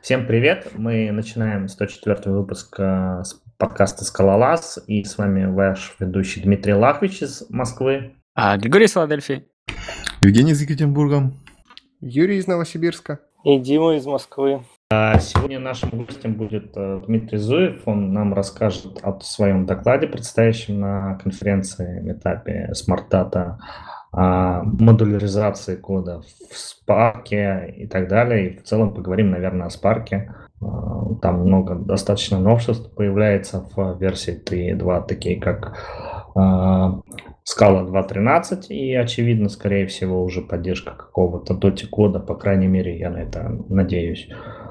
Всем привет! Мы начинаем 104 выпуск подкаста «Скалолаз», и с вами ваш ведущий Дмитрий Лахвич из Москвы. Григорий из Филадельфии. Евгений из Екатеринбурга. Юрий из Новосибирска. И Дима из Москвы. Сегодня нашим гостем будет Дмитрий Зуев. Он нам расскажет о своем докладе, предстоящем на конференции метапе Smart Data, о модуляризации кода в Spark и так далее. И в целом поговорим, наверное, о Spark. Там много достаточно новшеств появляется в версии 3.2, такие как Scala 2.13 и, очевидно, скорее всего, уже поддержка какого-то доти-кода, по крайней мере, я на это надеюсь.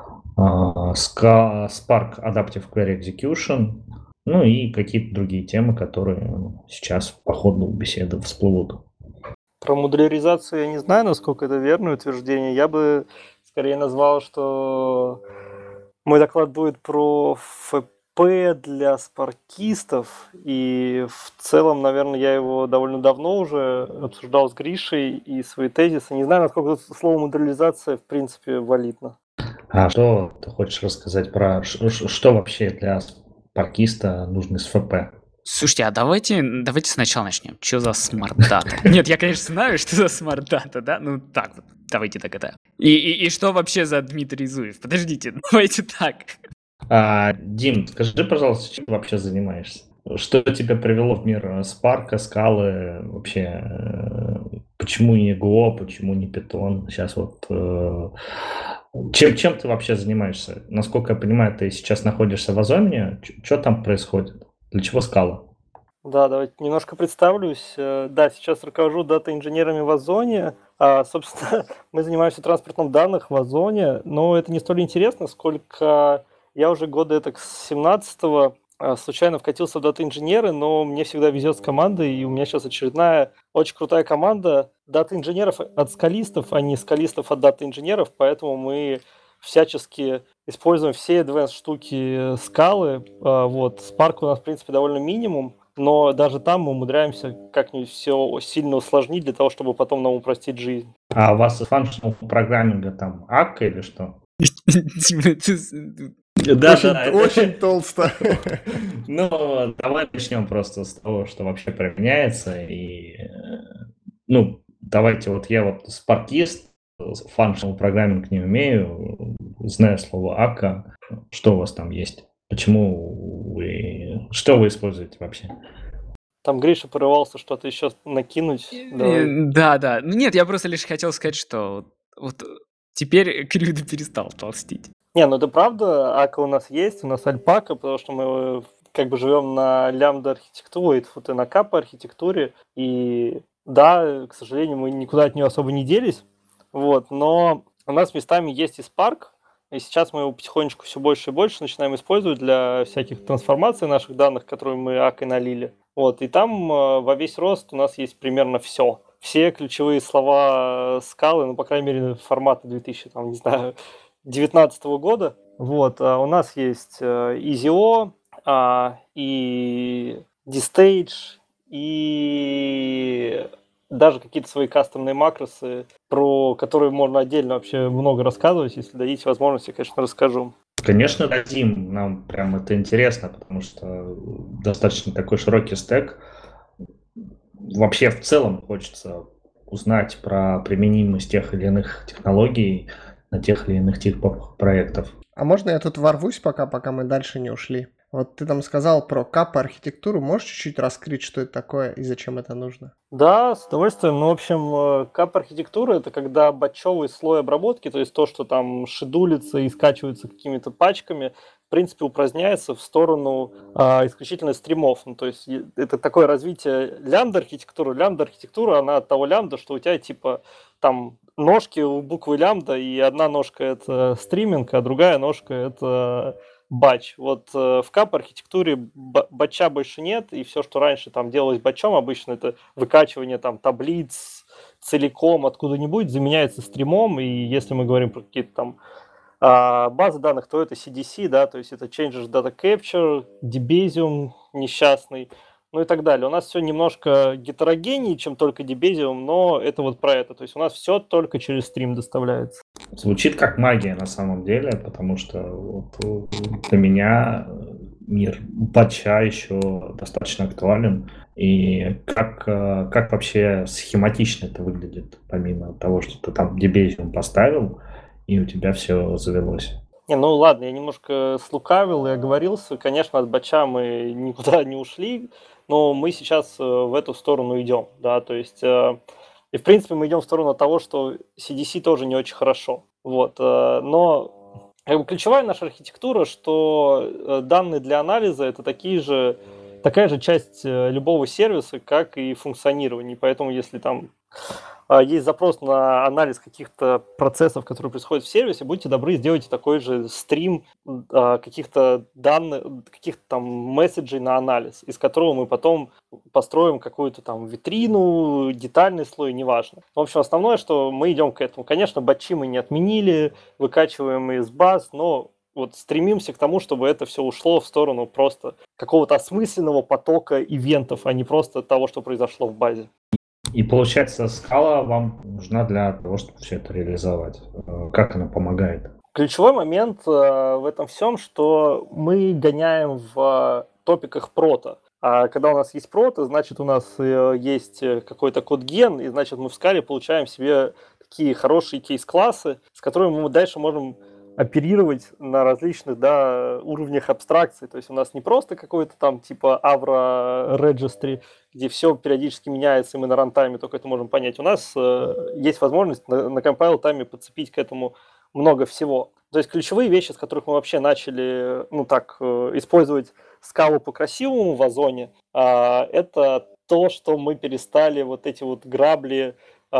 Spark Adaptive Query Execution, ну и какие-то другие темы, которые сейчас по ходу беседы всплывут. Про модуляризацию я не знаю, насколько это верное утверждение. Я бы скорее назвал, что мой доклад будет про ФП для спаркистов. И в целом, наверное, я его довольно давно уже обсуждал с Гришей и свои тезисы. Не знаю, насколько слово модуляризация в принципе валидно. А что ты хочешь рассказать про... Что вообще для спаркиста нужно из ФП? Слушайте, а давайте сначала начнем. Что за Smart Data? Нет, я, конечно, знаю, что за Smart Data, да? Ну, так вот, давайте так это. И что вообще за Дмитрий Зуев? Подождите, давайте так. Дим, скажи, пожалуйста, чем ты вообще занимаешься? Что тебя привело в мир Спарка, Скалы, вообще, почему не Go, почему не Python? Сейчас вот, чем ты вообще занимаешься? Насколько я понимаю, ты сейчас находишься в Озоне, что там происходит? Для чего Скала? Да, давайте немножко представлюсь. Да, сейчас руковожу дата-инженерами в Озоне. Собственно, мы занимаемся транспортом данных в Озоне, но это не столь интересно, сколько я уже года с 17-го случайно вкатился в дата-инженеры, но мне всегда везет с командой, и у меня сейчас очередная очень крутая команда дата-инженеров от скалистов, а не скалистов от дата-инженеров, поэтому мы всячески используем все advanced штуки скалы. Вот. Spark у нас, в принципе, довольно минимум, но даже там мы умудряемся как-нибудь все сильно усложнить для того, чтобы потом нам упростить жизнь. А у вас из функционал программинга там АК или что? Очень толсто. Ну, давай начнем просто с того, что вообще применяется. И, давайте, вот я вот спартист, functional программинг не умею, знаю слово АКА. Что у вас там есть? Что вы используете вообще? Там Гриша порывался что-то еще накинуть. Давай. Да. Ну нет, я просто лишь хотел сказать, что вот теперь Крюда перестал толстить. Не, ну это правда, Ака у нас есть, у нас Альпака, потому что мы как бы живем на лямбда архитектуре, и на капа архитектуре, и да, к сожалению, мы никуда от нее особо не делись, вот, но у нас местами есть и Spark, и сейчас мы его потихонечку все больше и больше начинаем использовать для всяких трансформаций наших данных, которые мы Акой налили, вот, и там во весь рост у нас есть примерно все. Все ключевые слова скалы, ну, по крайней мере, формата 2000, там, не знаю, 2019 года. Вот, у нас есть EasyO, и DStage, и даже какие-то свои кастомные макросы, про которые можно отдельно вообще много рассказывать. Если дадите возможность, я, конечно, расскажу. Конечно, дадим. Нам прям это интересно, потому что достаточно такой широкий стек. Вообще в целом хочется узнать про применимость тех или иных технологий на тех или иных типах проектов. А можно я тут ворвусь пока мы дальше не ушли? Вот ты там сказал про капа архитектуру. Можешь чуть-чуть раскрыть, что это такое и зачем это нужно? Да, с удовольствием. Ну, в общем, кап-архитектура — это когда батчевый слой обработки, то есть то, что там шедулится и скачивается какими-то пачками, в принципе, упраздняется в сторону исключительно стримов. Ну, то есть это такое развитие лямбда-архитектуры. Лямбда-архитектура, она от того лямбда, что у тебя типа там ножки у буквы лямбда, и одна ножка — это стриминг, а другая ножка — это батч. Вот в кап-архитектуре батча больше нет, и все, что раньше там делалось батчом, обычно это выкачивание там таблиц целиком откуда-нибудь, заменяется стримом, и если мы говорим про какие-то там базы данных, то это CDC, да, то есть это Changes Data Capture, Debezium несчастный, ну и так далее. У нас все немножко гетерогеннее, чем только Debezium, но это вот про это. То есть у нас все только через стрим доставляется. Звучит как магия на самом деле, потому что вот для меня мир батча еще достаточно актуален. И как вообще схематично это выглядит, помимо того, что ты там Debezium поставил, и у тебя все завелось. Не, ну ладно, я немножко слукавил и оговорился. Конечно, от батча мы никуда не ушли, но мы сейчас в эту сторону идем, да, то есть, и в принципе мы идем в сторону того, что CDC тоже не очень хорошо, вот, но как бы ключевая наша архитектура, что данные для анализа это такая же часть любого сервиса, как и функционирование, поэтому если там есть запрос на анализ каких-то процессов, которые происходят в сервисе, будьте добры, сделайте такой же стрим каких-то данных, каких-то там месседжей на анализ, из которого мы потом построим какую-то там витрину, детальный слой, неважно. В общем, основное, что мы идем к этому. Конечно, батчи мы не отменили, выкачиваем из баз, но вот стремимся к тому, чтобы это все ушло в сторону просто какого-то осмысленного потока ивентов, а не просто того, что произошло в базе. И получается, скала вам нужна для того, чтобы все это реализовать. Как она помогает? Ключевой момент в этом всем, что мы гоняем в топиках прота. А когда у нас есть прото, значит, у нас есть какой-то код-ген, и значит, мы в скале получаем себе такие хорошие кейс-классы, с которыми мы дальше можем оперировать на различных уровнях абстракции. То есть у нас не просто какой-то там типа Avro Registry, где все периодически меняется, и мы на рантайме только это можем понять. У нас есть возможность на компайл-тайме подцепить к этому много всего. То есть ключевые вещи, с которых мы вообще начали использовать скалу по-красивому в Озоне, это то, что мы перестали вот эти вот грабли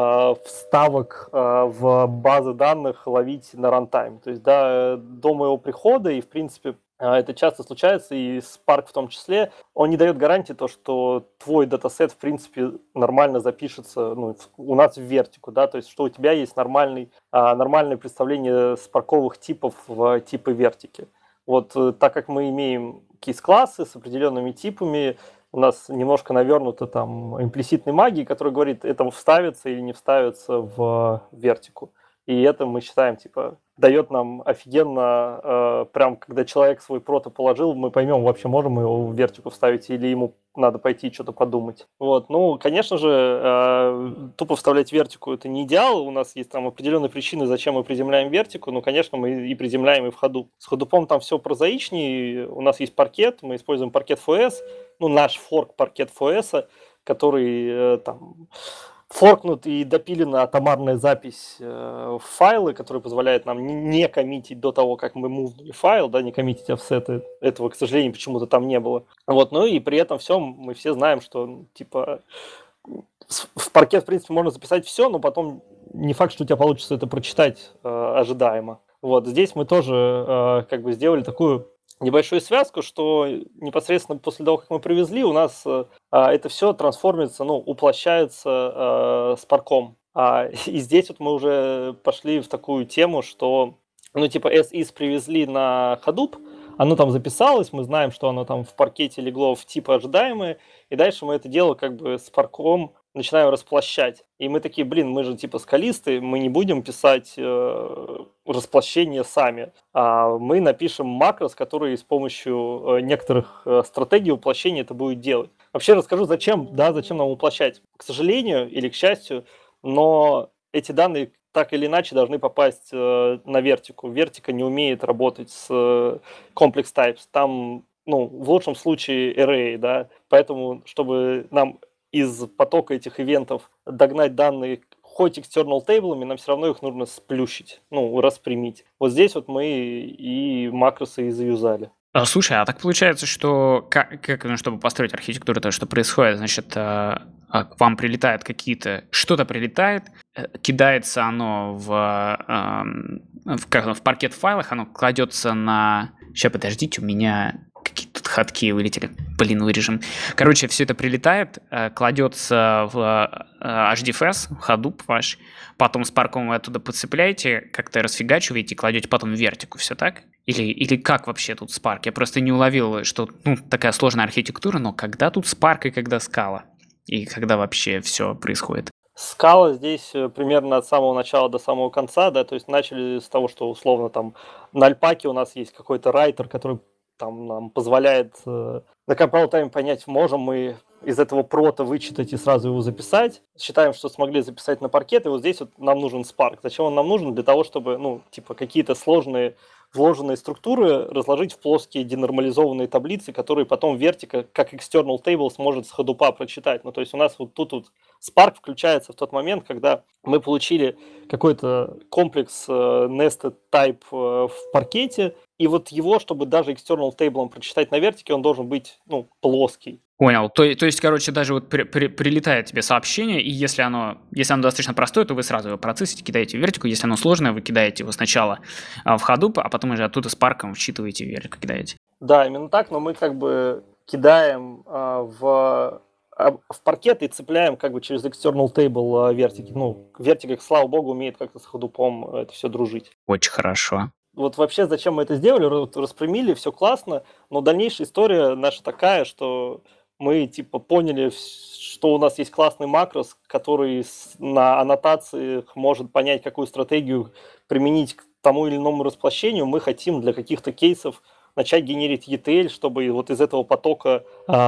вставок в базы данных ловить на рантайм. То есть, до моего прихода, и в принципе это часто случается, и Spark в том числе, он не дает гарантии то, что твой датасет в принципе нормально запишется у нас в вертику, да, то есть что у тебя есть нормальное представление спарковых типов в типы вертики. Вот так как мы имеем кейс-классы с определенными типами, у нас немножко навернуто там имплиситной магии, которая говорит, это вставится или не вставится в вертику. И это мы считаем, дает нам офигенно, прям когда человек свой прото положил, мы поймем, вообще можем мы его в вертику вставить или ему надо пойти что-то подумать. Вот. Ну, конечно же, тупо вставлять вертику это не идеал, у нас есть там определенные причины, зачем мы приземляем вертику, но, конечно, мы и приземляем и в ходу. С ходупом там все прозаичнее, у нас есть паркет, мы используем паркет FOS, наш форк паркет FOS, который там форкнут и допилена атомарная запись в файлы, которая позволяет нам не коммитить до того, как мы мувнули файл, не коммитить офсеты. Этого, к сожалению, почему-то там не было. Вот, ну и при этом всем мы все знаем, что в паркет, в принципе, можно записать все, но потом не факт, что у тебя получится это прочитать ожидаемо. Вот, здесь мы тоже сделали такую небольшую связку, что непосредственно после того, как мы привезли, у нас это все трансформится, уплощается Spark'ом. И здесь вот мы уже пошли в такую тему, что, as-is привезли на Hadoop, оно там записалось, мы знаем, что оно там в паркете легло в типы ожидаемые, и дальше мы это дело Spark'ом начинаем расплощать. И мы такие, мы же скалисты, мы не будем писать расплощение сами, а мы напишем макрос, который с помощью некоторых стратегий уплощения это будет делать. Вообще расскажу, зачем нам уплощать. К сожалению или к счастью, но эти данные так или иначе должны попасть на вертику. Вертика не умеет работать с complex types. Там, в лучшем случае array, поэтому, чтобы нам из потока этих ивентов догнать данные хоть external таблами, нам все равно их нужно сплющить, распрямить. Вот здесь вот мы и макросы и заюзали. Слушай, а так получается, что чтобы построить архитектуру, то, что происходит, значит, к вам прилетает что-то прилетает, кидается оно в паркет файлах, оно кладется на... Сейчас, подождите, у меня какие-то тут хатки вылетели. Вырежем. Короче, все это прилетает, кладется в HDFS, в Hadoop ваш, потом с парком вы оттуда подцепляете, как-то расфигачиваете и кладете потом в вертику, все так? Или как вообще тут Spark? Я просто не уловил, что такая сложная архитектура, но когда тут Spark и когда Scala? И когда вообще все происходит? Скала здесь примерно от самого начала до самого конца, да, то есть начали с того, что условно там на альпаке у нас есть какой-то райтер, который там нам позволяет на compile time понять, можем мы из этого прота вычитать и сразу его записать. Считаем, что смогли записать на паркет, и вот здесь вот нам нужен Spark. Зачем он нам нужен? Для того, чтобы, какие-то сложные вложенные структуры разложить в плоские денормализованные таблицы, которые потом Vertica, как external table, сможет с ходупа прочитать. То есть у нас вот тут Spark включается в тот момент, когда мы получили какой-то комплекс nested type в паркете, и вот его, чтобы даже external table прочитать на Vertica, он должен быть, плоский. Понял. То есть, короче, даже вот прилетает тебе сообщение, и если оно достаточно простое, то вы сразу его процессите, кидаете в вертику. Если оно сложное, вы кидаете его сначала в Hadoop, а потом уже оттуда с парком вчитываете в вертику, кидаете. Да, именно так, но мы как бы кидаем в паркет и цепляем как бы через external table вертики. Вертик, слава богу, умеет как-то с ходупом это все дружить. Очень хорошо. Вот вообще, зачем мы это сделали, распрямили, все классно, но дальнейшая история наша такая, что мы поняли, что у нас есть классный макрос, который на аннотациях может понять, какую стратегию применить к тому или иному расплощению. Мы хотим для каких-то кейсов начать генерить ETL, чтобы вот из этого потока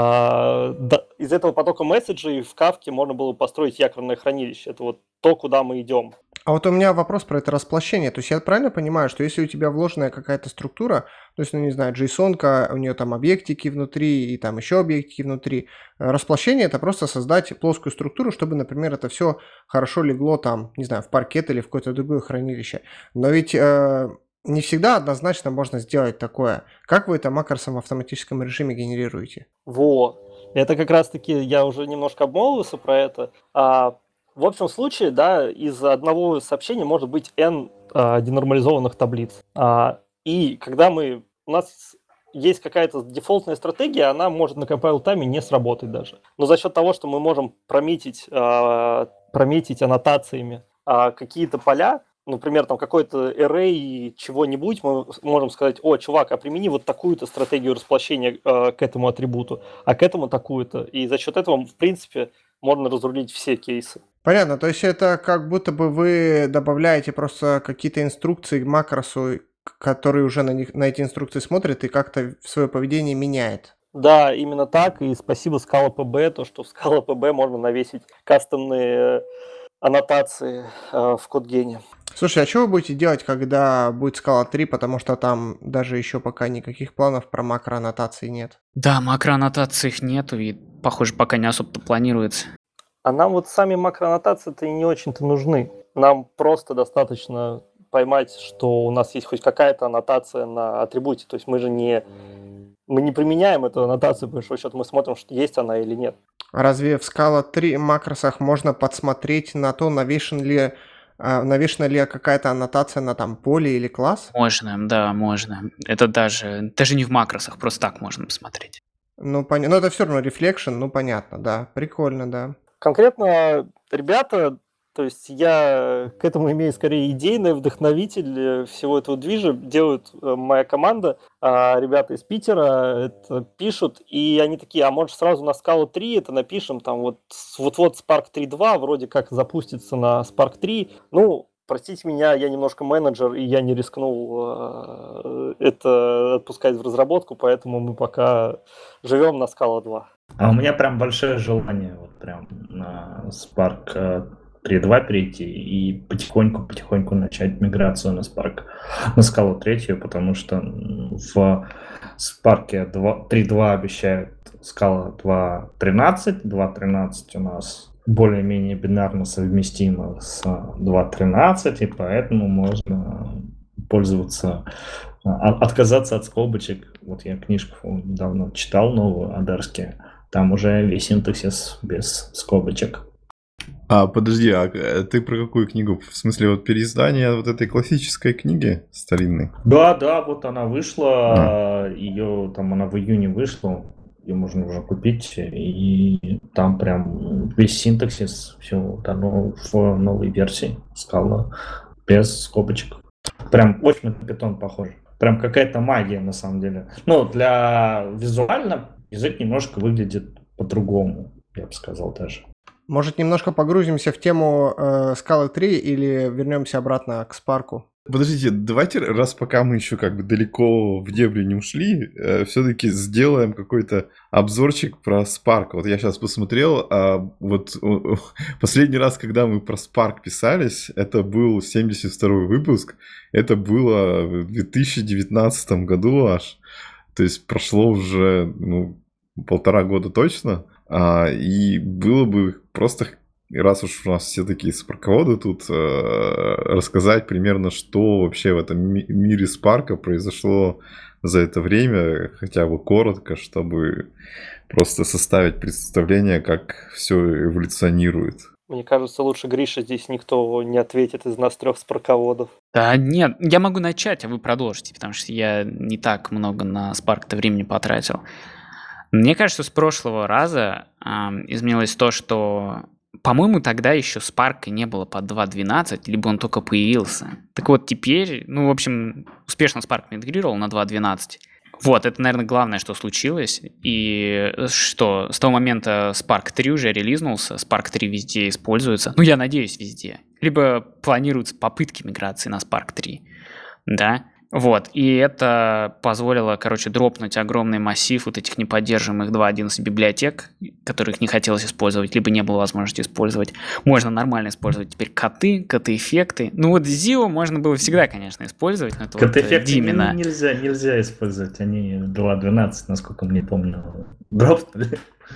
месседжей в Kafka можно было построить якорное хранилище. Это вот то, куда мы идем. А вот у меня вопрос про это расплощение. То есть я правильно понимаю, что если у тебя вложенная какая-то структура, то есть, JSON-ка, у нее там объектики внутри и там еще объектики внутри, расплощение — это просто создать плоскую структуру, чтобы, например, это все хорошо легло там, в паркет или в какое-то другое хранилище. Но ведь не всегда однозначно можно сделать такое. Как вы это макросом в автоматическом режиме генерируете? Это как раз-таки, я уже немножко обмолвился про это. В общем случае, да, из одного сообщения может быть n денормализованных таблиц. И когда у нас есть какая-то дефолтная стратегия, она может на compile time не сработать даже. Но за счет того, что мы можем прометить аннотациями какие-то поля, например, там какой-то array чего-нибудь, мы можем сказать: о, чувак, примени вот такую-то стратегию расплощения к этому атрибуту, а к этому такую-то. И за счет этого, в принципе, можно разрулить все кейсы. Понятно, то есть это как будто бы вы добавляете просто какие-то инструкции к макросу, который уже на эти инструкции смотрит и как-то свое поведение меняет. Да, именно так, и спасибо Scala PB, то, что в Scala PB можно навесить кастомные аннотации в CodeGen. Слушай, а что вы будете делать, когда будет Scala 3, потому что там даже еще пока никаких планов про макроаннотации нет? Да, макроаннотаций их нету, и, похоже, пока не особо-то планируется. А нам вот сами макроаннотации-то и не очень-то нужны. Нам просто достаточно поймать, что у нас есть хоть какая-то аннотация на атрибуте. То есть мы не применяем эту аннотацию, по большому счету мы смотрим, что есть она или нет. Разве в Scala 3 макросах можно подсмотреть на то, навешена ли какая-то аннотация на там поле или класс? Можно, да, можно. Это даже не в макросах, просто так можно посмотреть. Понятно. Но это все равно reflection, понятно, да. Прикольно, да. Конкретно ребята, то есть я к этому имею скорее идейный вдохновитель всего этого движа, делают моя команда, ребята из Питера это пишут, и они такие: а может сразу на Scala 3 это напишем, там вот Spark 3.2 вроде как запустится на Spark 3, простите меня, я немножко менеджер, и я не рискнул это отпускать в разработку, поэтому мы пока живем на Scala 2. А у меня прям большое желание вот прям на Spark 3.2 перейти и потихоньку начать миграцию на Scala 3, потому что в Spark 3.2 обещают Scala 2.13, 2.13 у нас более-менее бинарно совместимо с 2.13, и поэтому можно пользоваться, отказаться от скобочек. Вот я книжку давно читал, новую, Адарски. Там уже весь синтаксис без скобочек. Подожди, а ты про какую книгу? В смысле, вот переиздание вот этой классической книги старинной? Да, вот она вышла, она в июне вышла, ее можно уже купить, и там прям весь синтаксис, все дано в новой версии Scala без скобочек. Прям очень на питон похож. Прям какая-то магия на самом деле. Ну, для визуально язык немножко выглядит по-другому, я бы сказал даже. Может, немножко погрузимся в тему Scala 3 или вернемся обратно к Spark? Подождите, давайте, раз пока мы еще как бы далеко в дебри не ушли, все-таки сделаем какой-то обзорчик про Spark. Вот я сейчас посмотрел, последний раз, когда мы про Spark писались, это был 72-й выпуск, это было в 2019 году аж, то есть прошло уже 1,5 года точно, и было бы просто... И раз уж у нас все такие спарководы тут, рассказать примерно, что вообще в этом мире Спарка произошло за это время, хотя бы коротко, чтобы просто составить представление, как все эволюционирует. Мне кажется, лучше Гриша здесь никто не ответит из нас 3 спарководов. Да нет, я могу начать, а вы продолжите, потому что я не так много на Spark-то времени потратил. Мне кажется, с прошлого раза изменилось то, что... По-моему, тогда еще Spark не было под 2.12, либо он только появился. Так вот, теперь, в общем, успешно Spark мигрировал на 2.12. Вот, это, наверное, главное, что случилось. И что с того момента Spark 3 уже релизнулся, Spark 3 везде используется. Я надеюсь, везде. Либо планируются попытки миграции на Spark 3. Да? Вот, и это позволило, дропнуть огромный массив вот этих неподдерживаемых 2.11 библиотек, которых не хотелось использовать, либо не было возможности использовать. Можно нормально использовать теперь коты-эффекты. Zio можно было всегда, конечно, использовать. Но это Коты-эффекты Димина. нельзя использовать, они 2.12, насколько мне помню, дропнули.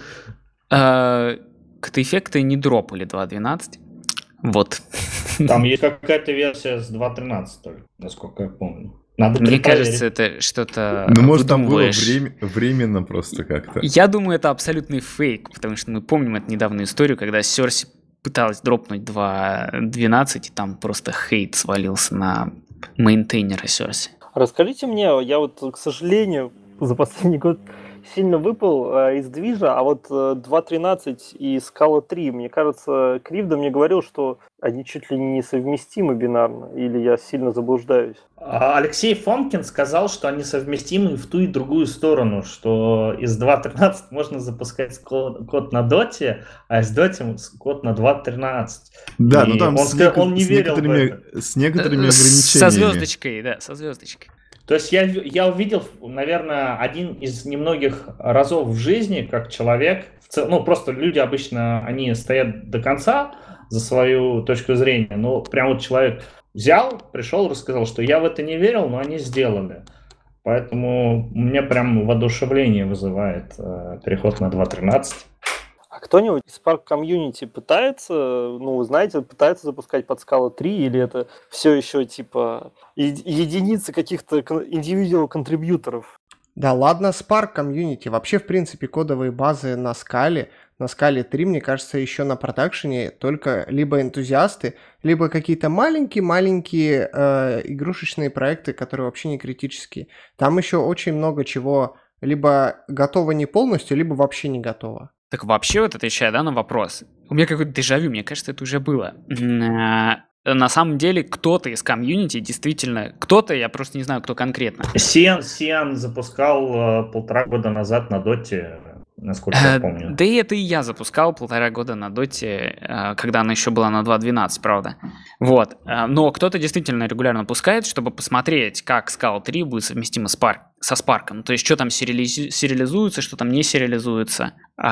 Коты-эффекты не дропали 2.12. Вот. Там есть какая-то версия с 2.13, насколько я помню. Надо Мне перепроверить. кажется, это что-то Может, там было выдумываешь. временно просто как-то. Я думаю, это абсолютный фейк, потому что мы помним эту недавнюю историю, когда Cersei пыталась дропнуть 2.12, и там просто хейт свалился на мейнтейнера Cersei. Расскажите мне, я к сожалению, за последний год сильно выпал из движа, а 2.13 и Scala 3, мне кажется, Кривда мне говорил, что они чуть ли не несовместимы бинарно, или я сильно заблуждаюсь? Алексей Фомкин сказал, что они совместимы в ту и другую сторону, что из 2.13 можно запускать код на доте, а из доте код на 2.13. Да, И там он не верил в это. с некоторыми Со ограничениями. звездочкой, да, со звездочкой. То есть я увидел, наверное, один из немногих разов в жизни, как человек, просто люди обычно, они стоят до конца за свою точку зрения, но прям человек взял, пришел, рассказал, что я в это не верил, но они сделали. Поэтому у меня прям воодушевление вызывает переход на 2.13. А кто-нибудь из Spark комьюнити пытается, пытается запускать под Scala 3, или это все еще единицы каких-то индивидуал контрибьюторов? Да ладно, Spark комьюнити. Вообще, в принципе, кодовые базы на Scala 3, мне кажется, еще на продакшене только либо энтузиасты, либо какие-то маленькие игрушечные проекты, которые вообще не критические. Там еще очень много чего либо готово не полностью, либо вообще не готово. Так вообще отвечая, на вопрос. У меня какой-то дежавю, мне кажется, это уже было. На самом деле, кто-то из комьюнити действительно... Кто-то, я просто не знаю, кто конкретно. Сиан запускал 1,5 года назад на доте, насколько я помню. Да и это и я запускал 1,5 года на доте, когда она еще была на 2.12, правда. Вот. Но кто-то действительно регулярно пускает, чтобы посмотреть, как Scala 3 будет совместима со Spark. То есть, что там сериализуется, что там не сериализуется.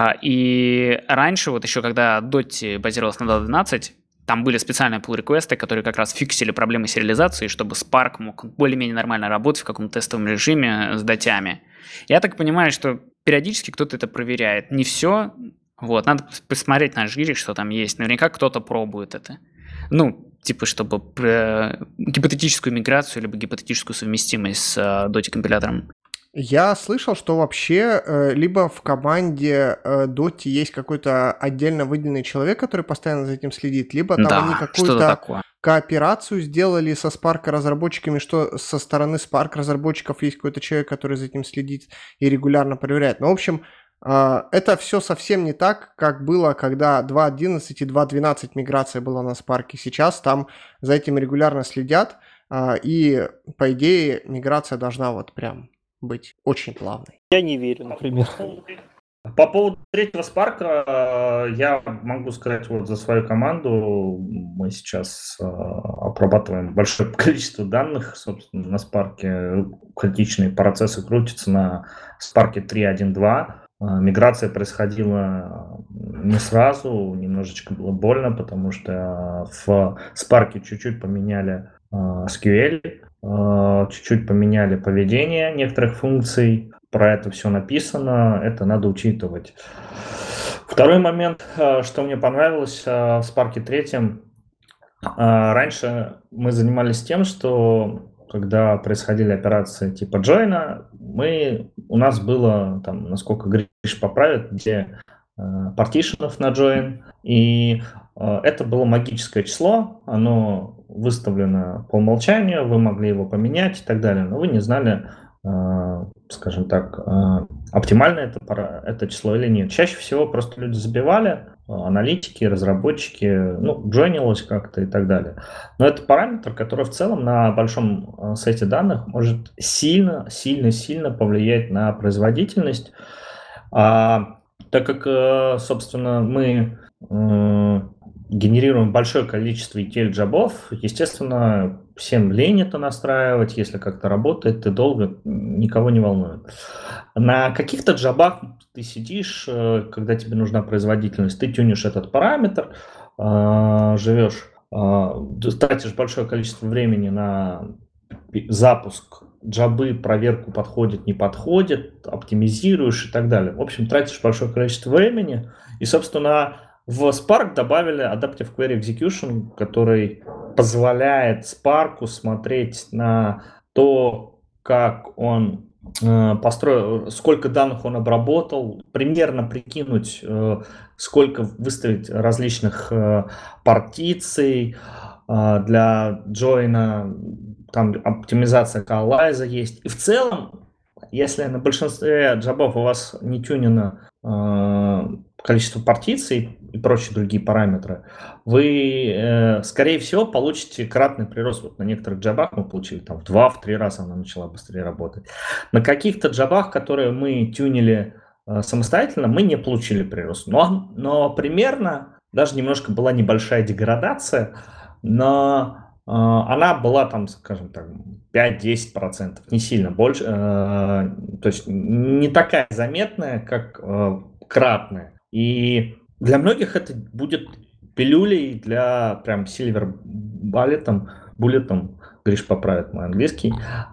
И раньше, еще когда Dotty базировалась на 2.12, там были специальные pull-реквесты, которые как раз фиксили проблемы сериализации, чтобы Spark мог более-менее нормально работать в каком-то тестовом режиме с дотями. Я так понимаю, что периодически кто-то это проверяет. Не все. Надо посмотреть на жире, что там есть. Наверняка кто-то пробует это. Чтобы гипотетическую миграцию, либо гипотетическую совместимость с Dotty-компилятором. Я слышал, что вообще либо в команде Dotty есть какой-то отдельно выделенный человек, который постоянно за этим следит, либо там они какую-то кооперацию сделали со Spark разработчиками, что со стороны Spark разработчиков есть какой-то человек, который за этим следит и регулярно проверяет. В общем, это все совсем не так, как было, когда 2.11 и 2.12 миграция была на Spark. Сейчас там за этим регулярно следят. и, по идее, миграция должна вот прям быть очень плавной. Я не верю, например. По поводу третьего Spark, я могу сказать вот за свою команду. Мы сейчас обрабатываем большое количество данных, собственно, на Spark. Критичные процессы крутятся на Spark 3.1.2. Миграция происходила не сразу, немножечко было больно, потому что в Spark чуть-чуть поменяли SQL, чуть-чуть поменяли поведение некоторых функций. Про это все написано, это надо учитывать. Второй момент, что мне понравилось в Spark 3. Раньше мы занимались тем, что когда происходили операции типа джойна, у нас было, там, насколько Гриш поправит, где партишенов на join, и это было магическое число, оно выставлено по умолчанию, вы могли его поменять и так далее, но вы не знали, скажем так, оптимально это число или нет. Чаще всего просто люди забивали, аналитики, разработчики, джойнилось как-то и так далее. Но это параметр, который в целом на большом сете данных может сильно повлиять на производительность. Так как, собственно, мы генерируем большое количество ETL-джабов, естественно, всем лень это настраивать, если как-то работает, и долго никого не волнует. На каких-то джабах ты сидишь, когда тебе нужна производительность, ты тюнишь этот параметр, живешь, тратишь большое количество времени на запуск джабы, проверку подходит, не подходит, оптимизируешь и так далее. В общем, тратишь большое количество времени, и, собственно, в Spark добавили Adaptive Query Execution, который позволяет Spark смотреть на то, как он построил, сколько данных он обработал, примерно прикинуть, сколько выставить различных партиций для джойна, там оптимизация коллайза есть. И в целом, если на большинстве джабов у вас не тюнено количество партиций и прочие другие параметры, вы, скорее всего, получите кратный прирост. Вот на некоторых джабах мы получили там в 2-3 раза она начала быстрее работать. На каких-то джабах, которые мы тюнили самостоятельно, мы не получили прирост. Но примерно, даже немножко была небольшая деградация, но она была там, скажем так, 5-10%, не сильно больше, то есть не такая заметная, как кратная. И для многих это будет пилюлей для прям silver буллетом, Гриш поправит мой английский,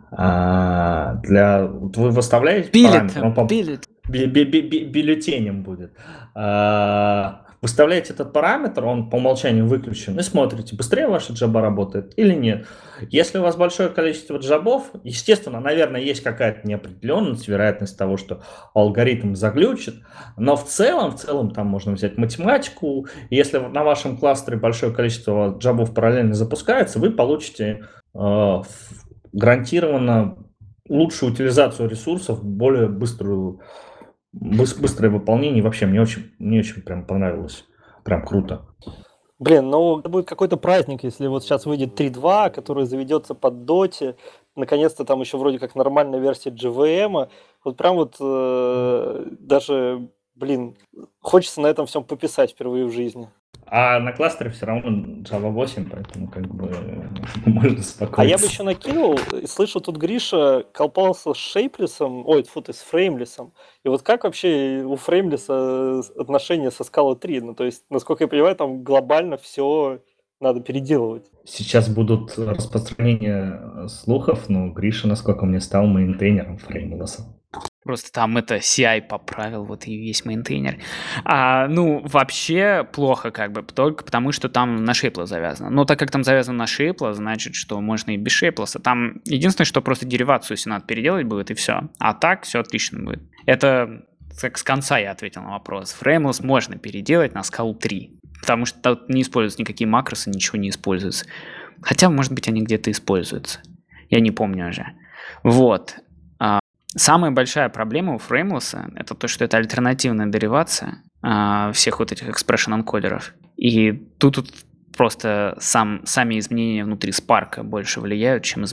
вы выставляете параметр, он бюллетенем будет. Выставляете этот параметр, он по умолчанию выключен, и смотрите, быстрее ваша джаба работает или нет. Если у вас большое количество джабов, естественно, наверное, есть какая-то неопределенность, вероятность того, что алгоритм заглючит, но в целом там можно взять математику, и если на вашем кластере большое количество джабов параллельно запускается, вы получите гарантированно лучшую утилизацию ресурсов, более быстрое выполнение. Вообще, мне очень прям понравилось. Прям круто. Блин, это будет какой-то праздник, если вот сейчас выйдет 3.2, который заведется под доте. Наконец-то там еще вроде как нормальная версия JVM. Вот прям вот даже, хочется на этом всем пописать впервые в жизни. А на кластере все равно Java 8, поэтому как бы можно спокойно. А я бы еще накинул, слышу, тут Гриша колпался с Шейплесом, с Фреймлесом. И вот как вообще у Фреймлеса отношения со Scala 3? То есть, насколько я понимаю, там глобально все надо переделывать. Сейчас будут распространения слухов, но Гриша, насколько мне стал мейнтейнером Фреймлеса. Просто там это CI поправил, вот и весь мейнтейнер. Вообще плохо как бы, только потому что там на Shapeless завязано. Но так как там завязано на Shapeless, значит, что можно и без Shapeless. Там единственное, что просто деривацию если надо переделать будет, и все. А так все отлично будет. Это как с конца я ответил на вопрос. Frameless можно переделать на Scala 3, потому что тут не используются никакие макросы, ничего не используется. Хотя, может быть, они где-то используются. Я не помню уже. Вот. Самая большая проблема у Frameless — это то, что это альтернативная деривация всех вот этих expression-анкодеров. И тут просто сами изменения внутри Spark больше влияют, чем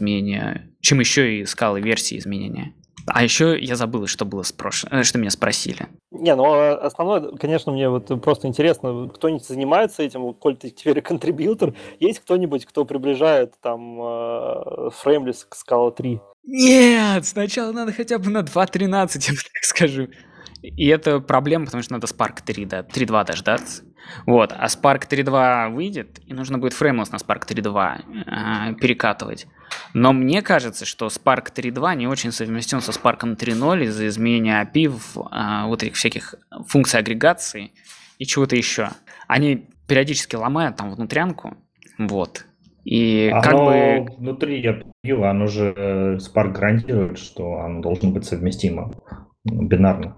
еще и скалы версии изменения. А еще я забыл, что было что меня спросили. Не, ну основное, конечно, мне вот просто интересно, кто-нибудь занимается этим, коль ты теперь контрибьютор, есть кто-нибудь, кто приближает там Frameless к Scala 3? Нет, сначала надо хотя бы на 2.13, я бы так скажу. И это проблема, потому что надо Spark 3, да, 3.2 дождаться. Вот, а Spark 3.2 выйдет, и нужно будет Frameless на Spark 3.2 перекатывать. Но мне кажется, что Spark 3.2 не очень совместим со Spark 3.0 из-за изменения API вот этих всяких функций агрегации и чего-то еще. Они периодически ломают там внутрянку, вот. И как бы... Внутри API, оно же Spark гарантирует, что оно должно быть совместимо бинарно.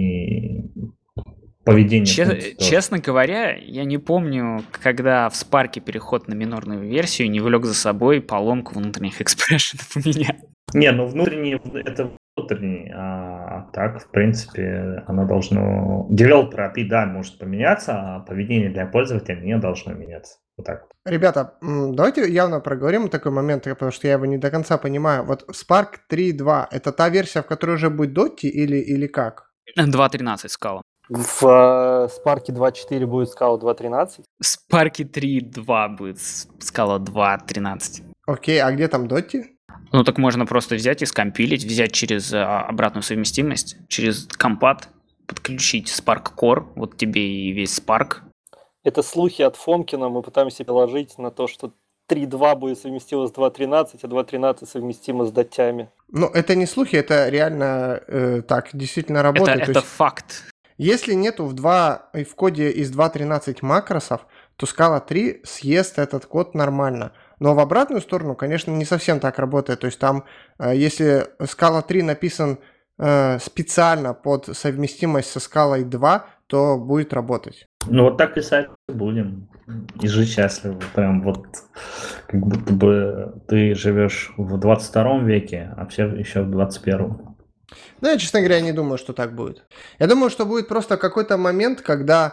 И поведение Честно говоря, я не помню, когда в Spark переход на минорную версию не влек за собой поломку внутренних экспрессионов у меня. Не, ну внутренний, это внутренний, а так, в принципе, оно должно... Developer API, да, может поменяться, а поведение для пользователя не должно меняться. Вот так. Ребята, давайте явно проговорим такой момент, потому что я его не до конца понимаю. Вот Spark 3.2 — это та версия, в которой уже будет Dotty или как? 2.13 скала. В Spark 2.4 будет Scala 2.13? В Spark 3.2 будет скала 2.13. Окей, а где там Dotty? Ну так можно просто взять и скомпилить, взять через обратную совместимость, через компат, подключить Spark Core, вот тебе и весь Spark. Это слухи от Фомкина, мы пытаемся приложить на то, что 3.2 будет совместимо с 2.13, а 2.13 совместимо с дотями. Ну, это не слухи, это реально так действительно работает. Это факт. Если нету в коде из 2.13 макросов, то Scala 3 съест этот код нормально. Но в обратную сторону, конечно, не совсем так работает. То есть там, если Scala 3 написан специально под совместимость со Scala 2, то будет работать. Ну вот так писать будем. И жить счастливо. Прям вот как будто бы ты живешь в 22 веке, а все еще в 21. Ну, я, честно говоря, не думаю, что так будет. Я думаю, что будет просто какой-то момент, когда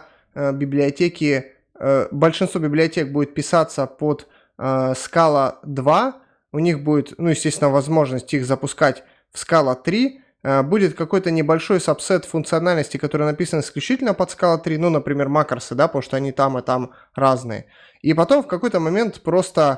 большинство библиотек будет писаться под Scala 2, у них будет, ну, естественно, возможность их запускать в Scala 3, будет какой-то небольшой сабсет функциональности, который написан исключительно под Scala 3, ну, например, макросы, да, потому что они там и там разные. И потом в какой-то момент просто,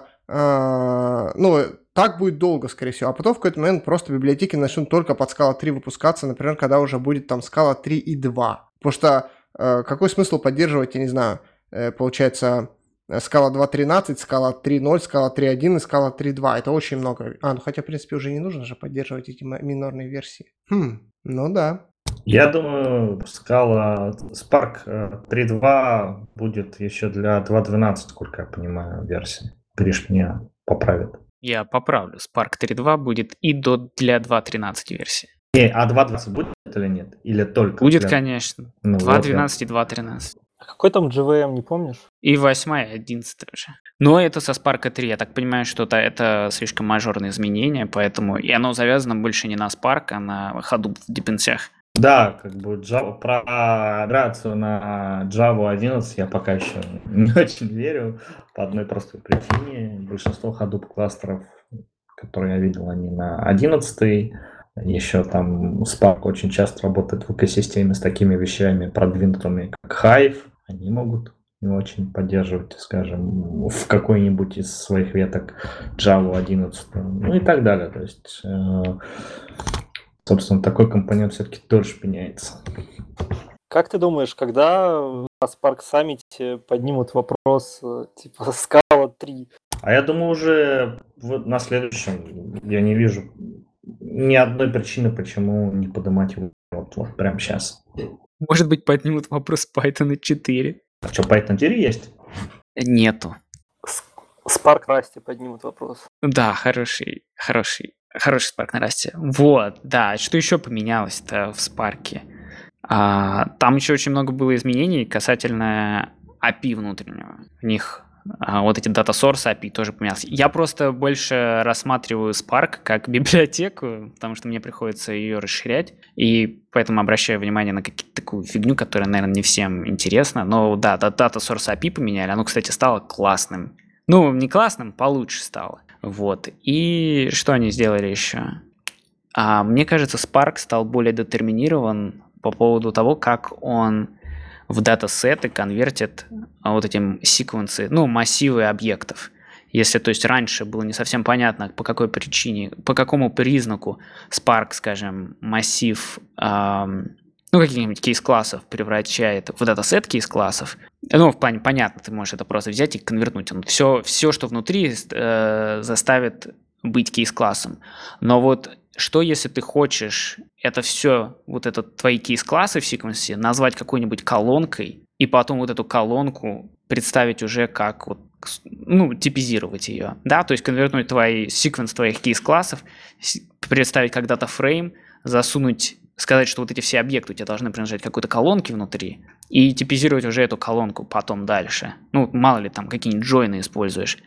так будет долго, скорее всего, а потом в какой-то момент просто библиотеки начнут только под Scala 3 выпускаться, например, когда уже будет там Scala 3 и 2. Потому что какой смысл поддерживать, я не знаю, получается, Scala 2.13, Scala 3.0, Scala 3.1 и Scala 3.2. Это очень много. Хотя, в принципе, уже не нужно же поддерживать эти минорные версии. Ну да. Я думаю, Spark 3.2 будет еще для 2.12, сколько я понимаю, версии. Гриш меня поправит. Я поправлю. Spark 3.2 будет и для 2.13 версии. А 2.20 будет или нет? Или только? Будет, конечно. Ну, 2.12 и 2.13. А какой там JVM, не помнишь? И 8, и 11 уже. Но это со Spark 3. Я так понимаю, что это слишком мажорные изменения, поэтому и оно завязано больше не на Spark, а на Hadoop в депенсях. Да, как бы про миграцию на Java 11 я пока еще не очень верю по одной простой причине. Большинство Hadoop кластеров, которые я видел, они на 11. Еще там Spark очень часто работает в экосистеме с такими вещами продвинутыми, как Hive. Они могут не очень поддерживать, скажем, в какой-нибудь из своих веток Java 11. Ну и так далее. То есть, собственно, такой компонент все-таки дольше меняется. Как ты думаешь, когда на Spark Summit поднимут вопрос типа Scala 3? А я думаю, уже на следующем я не вижу ни одной причины, почему не поднимать его вот прямо сейчас. Может быть, поднимут вопрос Python 4. А что, Python 4 есть? Нету. Spark Rust поднимут вопрос. Да, хороший Spark на Rust. Вот, да. Что еще поменялось-то в Spark? Там еще очень много было изменений касательно API внутреннего. У них вот эти Data Source API тоже поменялось. Я просто больше рассматриваю Spark как библиотеку, потому что мне приходится ее расширять, и поэтому обращаю внимание на какую-то такую фигню, которая, наверное, не всем интересна. Но да, Data Source API поменяли, оно, кстати, стало классным. Ну, не классным, получше стало. Вот. И что они сделали еще? Мне кажется, Spark стал более детерминирован по поводу того, как он в датасеты конвертит вот эти секвенсы, ну, массивы объектов. Если, то есть, раньше было не совсем понятно, по какой причине, по какому признаку Spark, скажем, массив, ну, каких-нибудь кейс-классов превращает в датасет кейс-классов. Ну, понятно, ты можешь это просто взять и конвертнуть. Он все, что внутри, заставит быть кейс-классом. Но вот что, если ты хочешь это все, вот это твои кейс-классы в секвенсе, назвать какой-нибудь колонкой, и потом вот эту колонку представить уже как, вот, ну, типизировать ее, да, то есть конвертнуть секвенс твоих кейс-классов, представить как дата-фрейм, засунуть, сказать, что вот эти все объекты у тебя должны принадлежать какой-то колонке внутри, и типизировать уже эту колонку потом дальше. Ну, мало ли, там какие-нибудь джойны используешь.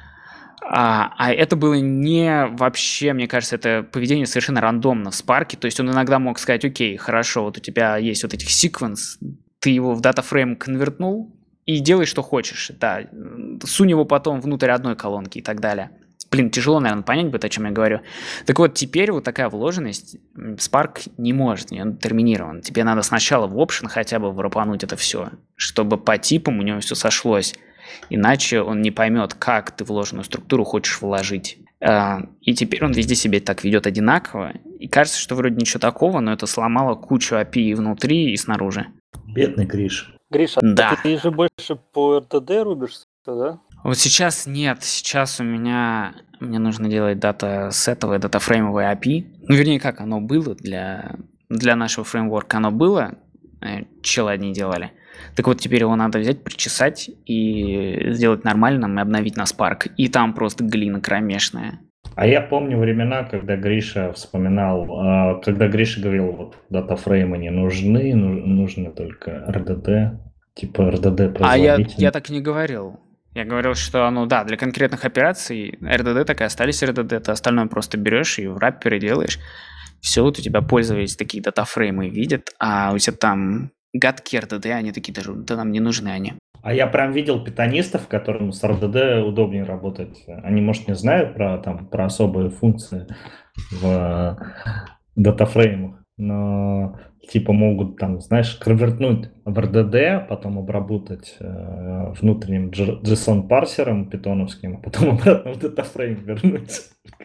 А это было не вообще, мне кажется, это поведение совершенно рандомно в Spark. То есть он иногда мог сказать: окей, хорошо, вот у тебя есть вот этих секвенс, ты его в датафрейм конвертнул и делай, что хочешь. Да, сунь его потом внутрь одной колонки и так далее. Блин, тяжело, наверное, понять будет, о чем я говорю. Так вот, теперь вот такая вложенность Spark не может, он терминирован. Тебе надо сначала в option хотя бы врапануть это все, чтобы по типам у него все сошлось. Иначе он не поймет, как ты вложенную структуру хочешь вложить. И теперь он везде себя так ведет одинаково. И кажется, что вроде ничего такого, но это сломало кучу API внутри и снаружи. Бедный Гриша. Гриша, Да. ты же больше по RTD рубишься, да? Вот сейчас нет. Сейчас мне нужно делать дата-сетовое, дата-фреймовое API. Ну, вернее, как оно было для нашего фреймворка. Оно было, челы одни делали. Так вот, теперь его надо взять, причесать и сделать нормальным и обновить на Spark. И там просто глина кромешная. А я помню времена, когда Гриша вспоминал, когда Гриша говорил, вот датафреймы не нужны, нужны только RDD, типа RDD производитель. Я так не говорил. Я говорил, что, ну да, для конкретных операций RDD так и остались RDD, ты остальное просто берешь и в раппере делаешь. Все, вот у тебя пользователи такие датафреймы видят, а у тебя там гадкие RDD, они такие даже, да нам не нужны они. А я прям видел питонистов, которым с RDD удобнее работать. Они, может, не знают про особые функции в датафреймах, но типа могут там, знаешь, конвертнуть в RDD, потом обработать внутренним JSON-парсером питоновским, а потом обратно в датафрейм вернуть.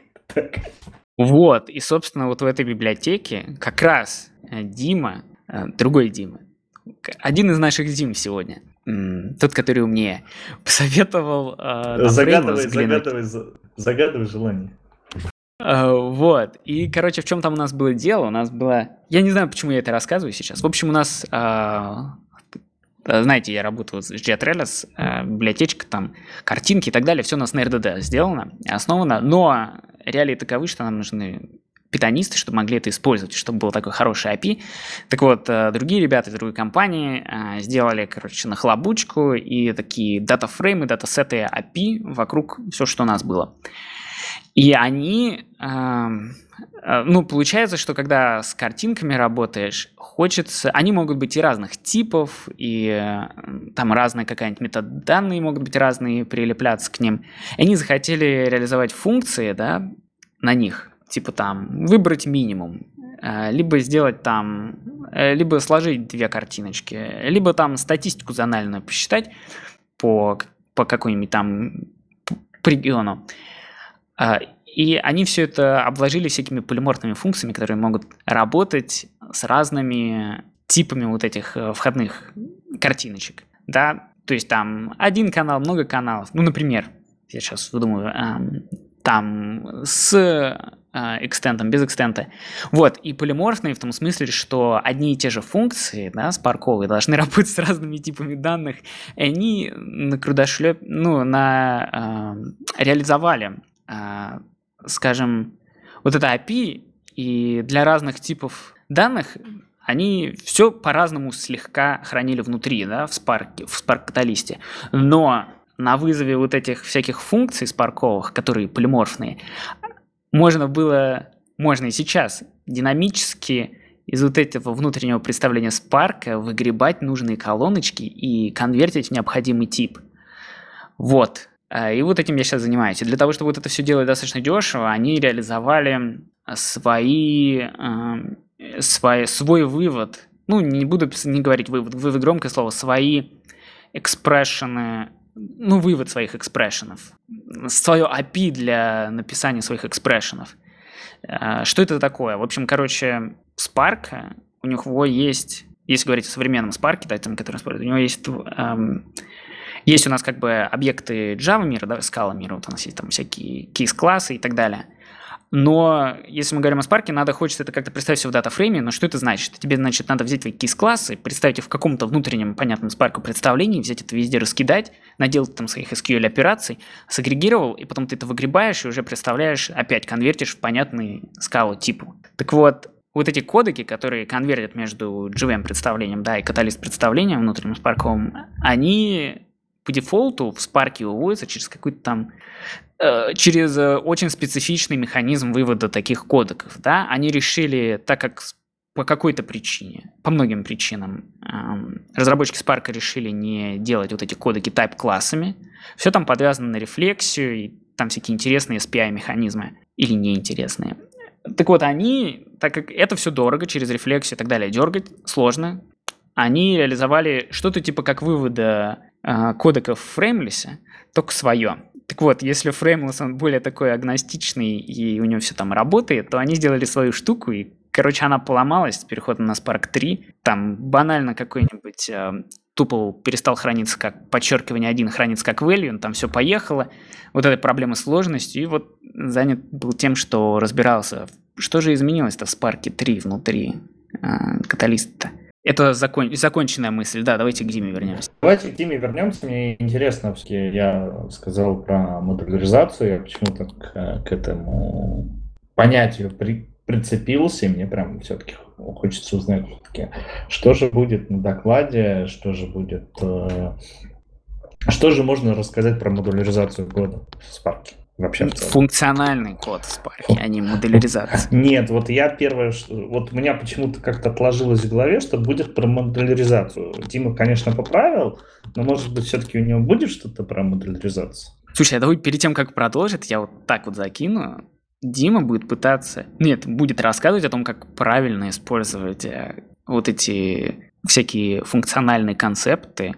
Вот, и, собственно, вот в этой библиотеке как раз Дима, другой Дима, один из наших Дим сегодня, тот, который умнее, посоветовал Загадывай желание. Вот, и, короче, в чем там у нас было дело? У нас было... Я не знаю, почему я это рассказываю сейчас. В общем, у нас... Знаете, я работаю с JetRelis, библиотечка, там, картинки и так далее, все у нас на RDD сделано, основано, но реалии таковы, что нам нужны питонисты, чтобы могли это использовать, чтобы был такой хороший API. Так вот, другие ребята из другой компании сделали, короче, нахлобучку и такие датафреймы, датасеты API вокруг все, что у нас было. И они, ну, получается, что когда с картинками работаешь, хочется, они могут быть и разных типов, и там разные какая-нибудь метаданные могут быть разные, прилепляться к ним. И они захотели реализовать функции, да, на них, типа там выбрать минимум, либо сделать там, либо сложить две картиночки, либо там статистику зональную посчитать по какой-нибудь там региону. И они все это обложили всякими полиморфными функциями, которые могут работать с разными типами вот этих входных картиночек. Да? То есть там один канал, много каналов. Ну, например, я сейчас выдумываю, там с экстентом, без экстента. Вот, и полиморфные в том смысле, что одни и те же функции, да, спарковые, должны работать с разными типами данных, и они реализовали, скажем, вот это API, и для разных типов данных они все по-разному слегка хранили внутри, да, в Spark каталисте. Но на вызове вот этих всяких функций спарковых, которые полиморфные, можно и сейчас динамически из вот этого внутреннего представления Spark выгребать нужные колоночки и конвертить в необходимый тип. Вот. И вот этим я сейчас занимаюсь. И для того, чтобы вот это все делать достаточно дешево, они реализовали свой вывод. Ну, не буду не говорить вывод громкое слово, свои экспрессионы, ну, вывод своих экспрессионов. Свое API для написания своих экспрессионов. Что это такое? В общем, короче, Spark, у него есть, если говорить о современном Spark, да, там, который используют, у него есть у нас как бы объекты Java мира, да, Scala мира, вот у нас есть там всякие кейс-классы и так далее. Но если мы говорим о Spark, хочется это как-то представить все в датафрейме, но что это значит? Тебе, значит, надо взять твои кейс-классы, представить их в каком-то внутреннем, понятном Spark представлении, взять это везде раскидать, наделать там своих SQL-операций, сагрегировал, и потом ты это выгребаешь и уже представляешь, опять конвертишь в понятный Scala типу. Так вот эти кодеки, которые конвертят между JVM-представлением, да, и каталист-представлением внутренним Spark, они по дефолту в Spark выводятся через какой-то там через очень специфичный механизм вывода таких кодеков. Да? Они решили, так как по какой-то причине, по многим причинам, разработчики Spark решили не делать вот эти кодеки type-классами. Все там подвязано на рефлексию, и там всякие интересные SPI-механизмы или неинтересные. Так вот, они, так как это все дорого, через рефлексию и так далее, дергать сложно, они реализовали что-то типа как вывода кодеков в Frameless, только свое. Так вот, если Frameless, он более такой агностичный, и у него все там работает, то они сделали свою штуку, и, короче, она поломалась с переходом на Spark 3. Там банально какой-нибудь тупл перестал храниться как подчеркивание 1, хранится как value, там все поехало. Вот эта проблема с сложностью, и вот занят был тем, что разбирался, что же изменилось-то в Spark 3 внутри каталиста. Это законченная мысль. Да, давайте к Диме вернемся. Давайте к Диме вернемся. Мне интересно, все-таки я сказал про модуляризацию, я почему-то к этому понятию прицепился, и мне прям все-таки хочется узнать, что же будет на докладе, что же можно рассказать про модуляризацию кода в Spark. Вообще в целом. Функциональный код в Spark, а не модуляризация. Нет, вот я первое, вот у меня почему-то как-то отложилось в голове, что будет про модуляризацию. Дима, конечно, поправил, но, может быть, все-таки у него будет что-то про модуляризацию? Слушай, а давай перед тем, как продолжить, я вот так вот закину. Дима будет будет рассказывать о том, как правильно использовать вот эти всякие функциональные концепты